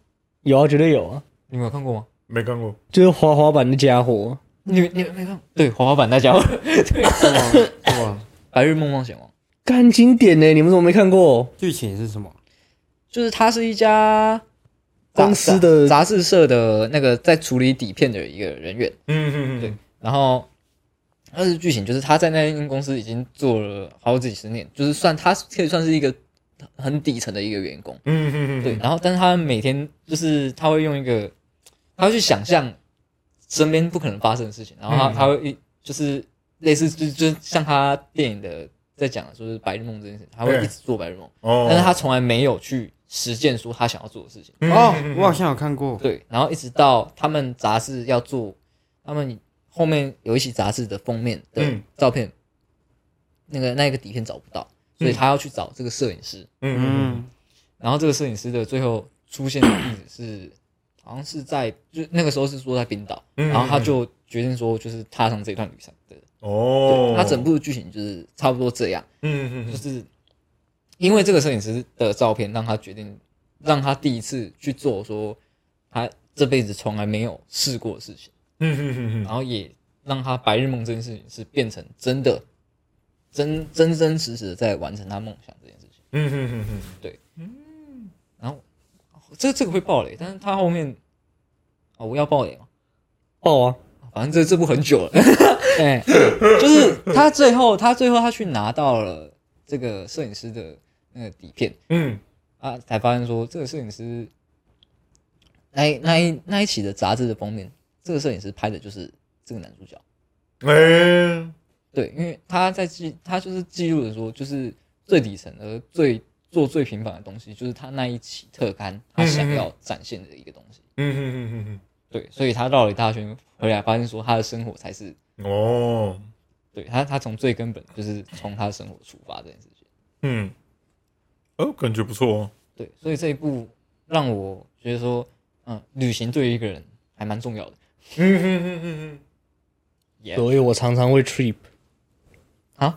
B: 有啊，绝对有啊，
A: 你们有看过吗？
C: 没看过。
B: 就是滑滑板的家伙。
A: 你们你们没看过？对，滑滑板那家伙，对，
D: 哇，
A: 白日梦冒险王，
B: 干经典呢，你们怎么没看过？
D: 剧情是什么？
A: 就是它是一家
B: 公司的
A: 杂志社的那个在处理底片的一个人员，
C: 嗯嗯嗯，
A: 对，然后他的剧情就是他在那间公司已经做了好几十年，就是算他可以算是一个很底层的一个员工，
C: 嗯嗯嗯，
A: 对，然后但是他每天就是他会用一个，他会去想象身边不可能发生的事情，然后他、
C: 嗯、
A: 他会一就是类似就就是像他电影的在讲的，就是白日梦这件事，他会一直做白日梦，
C: 哦，
A: 但是他从来没有去实践说他想要做的事情。
C: 嗯、
D: 哦，我好像有看过。
A: 对，然后一直到他们杂志要做，他们后面有一期杂志的封面的照片，嗯、那个那个底片找不到，所以他要去找这个摄影师。
C: 嗯
D: 嗯，
A: 然后这个摄影师的最后出现的地址是，好像是在就那个时候是说在冰岛，
C: 嗯、
A: 然后他就决定说就是踏上这段旅程的。
C: 哦，
A: 他整部剧情就是差不多这样。
C: 嗯嗯，
A: 就是因为这个摄影师的照片，让他决定，让他第一次去做说他这辈子从来没有试过的事情。
C: 嗯嗯嗯，
A: 然后也让他白日梦这件事情是变成真的，真真真实实的在完成他梦想这件事情。
C: 嗯嗯嗯嗯，
A: 对，嗯，然后这这个会爆雷，但是他后面哦，我要爆雷吗？
B: 爆啊！
A: 反正这这部很久了，哎、欸，就是他最后他最后他去拿到了这个摄影师的那个底片，
C: 嗯，
A: 啊，才发现说这个摄影师那一那一那一期的杂志的封面，这个摄影师拍的就是这个男主角。
C: 哎、欸，
A: 对，因为他在记，他就是记录的说，就是最底层而最做最平凡的东西，就是他那一期特刊他想要展现的一个东西。
C: 嗯嗯嗯嗯嗯，
A: 对，所以他绕了一大圈回来，发现说他的生活才是
C: 哦，
A: 对他他从最根本就是从他的生活出发这件事情。
C: 嗯，哦，感觉不错哦。
A: 对，所以这一部让我觉得说，嗯，旅行对于一个人还蛮重要的。
C: 嗯嗯嗯嗯嗯。
A: Yeah.
B: 所以我常常会 trip
A: 啊，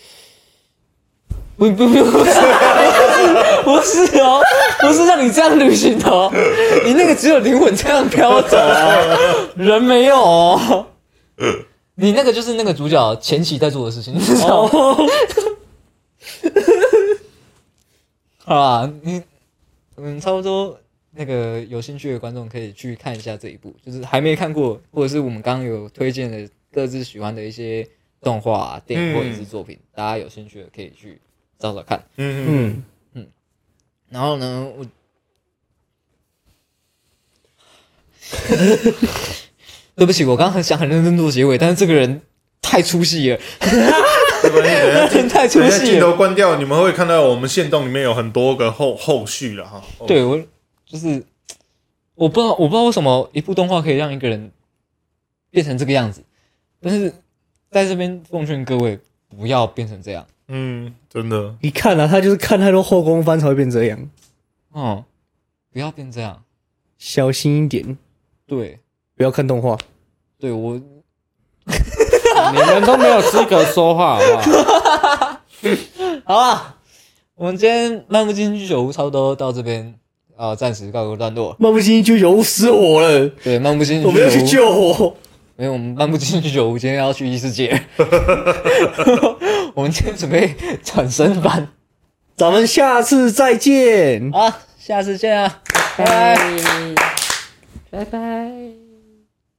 A: 不不不不是不是哦，不是让你这样旅行的哦，你那个只有灵魂这样飘走啊，人没有哦。你那个就是那个主角前期在做的事情，你知道吗？好啦，你嗯，差不多。那个有兴趣的观众可以去看一下这一部，就是还没看过，或者是我们刚刚有推荐的各自喜欢的一些动画、啊、电影或影视作品，嗯、大家有兴趣的可以去找找看。
C: 嗯
B: 嗯
A: 嗯。然后呢，我对不起，我刚刚很想很认真做结尾，但是这个人太出戏了。
C: 没关系，等一下
A: 太出戏了。
C: 等一下镜头关掉，你们会看到我们线动里面有很多个后后续了哈。哦、
A: 对我。就是我不知道，我不知道为什么一部动画可以让一个人变成这个样子，但是在这边奉劝各位不要变成这样。
C: 嗯，真的。
B: 一看啊，他就是看太多后宫番才会变这样。
A: 哦、嗯，不要变这样，
B: 小心一点。
A: 对，
B: 不要看动画。
A: 对我，
D: 你们都没有资格说话，好不好？
A: 好啊，我们今天漫不经心居酒屋差不多到这边。啊，暂时告个段落。
B: 漫不经心居酒屋失火了。
A: 对，漫不经心，
B: 我们要去救火。
A: 没有，我们漫不经心居酒屋今天要去异世界。我们今天准备转身版。
B: 咱们下次再见。
A: 好，下次见啊，拜拜，拜拜。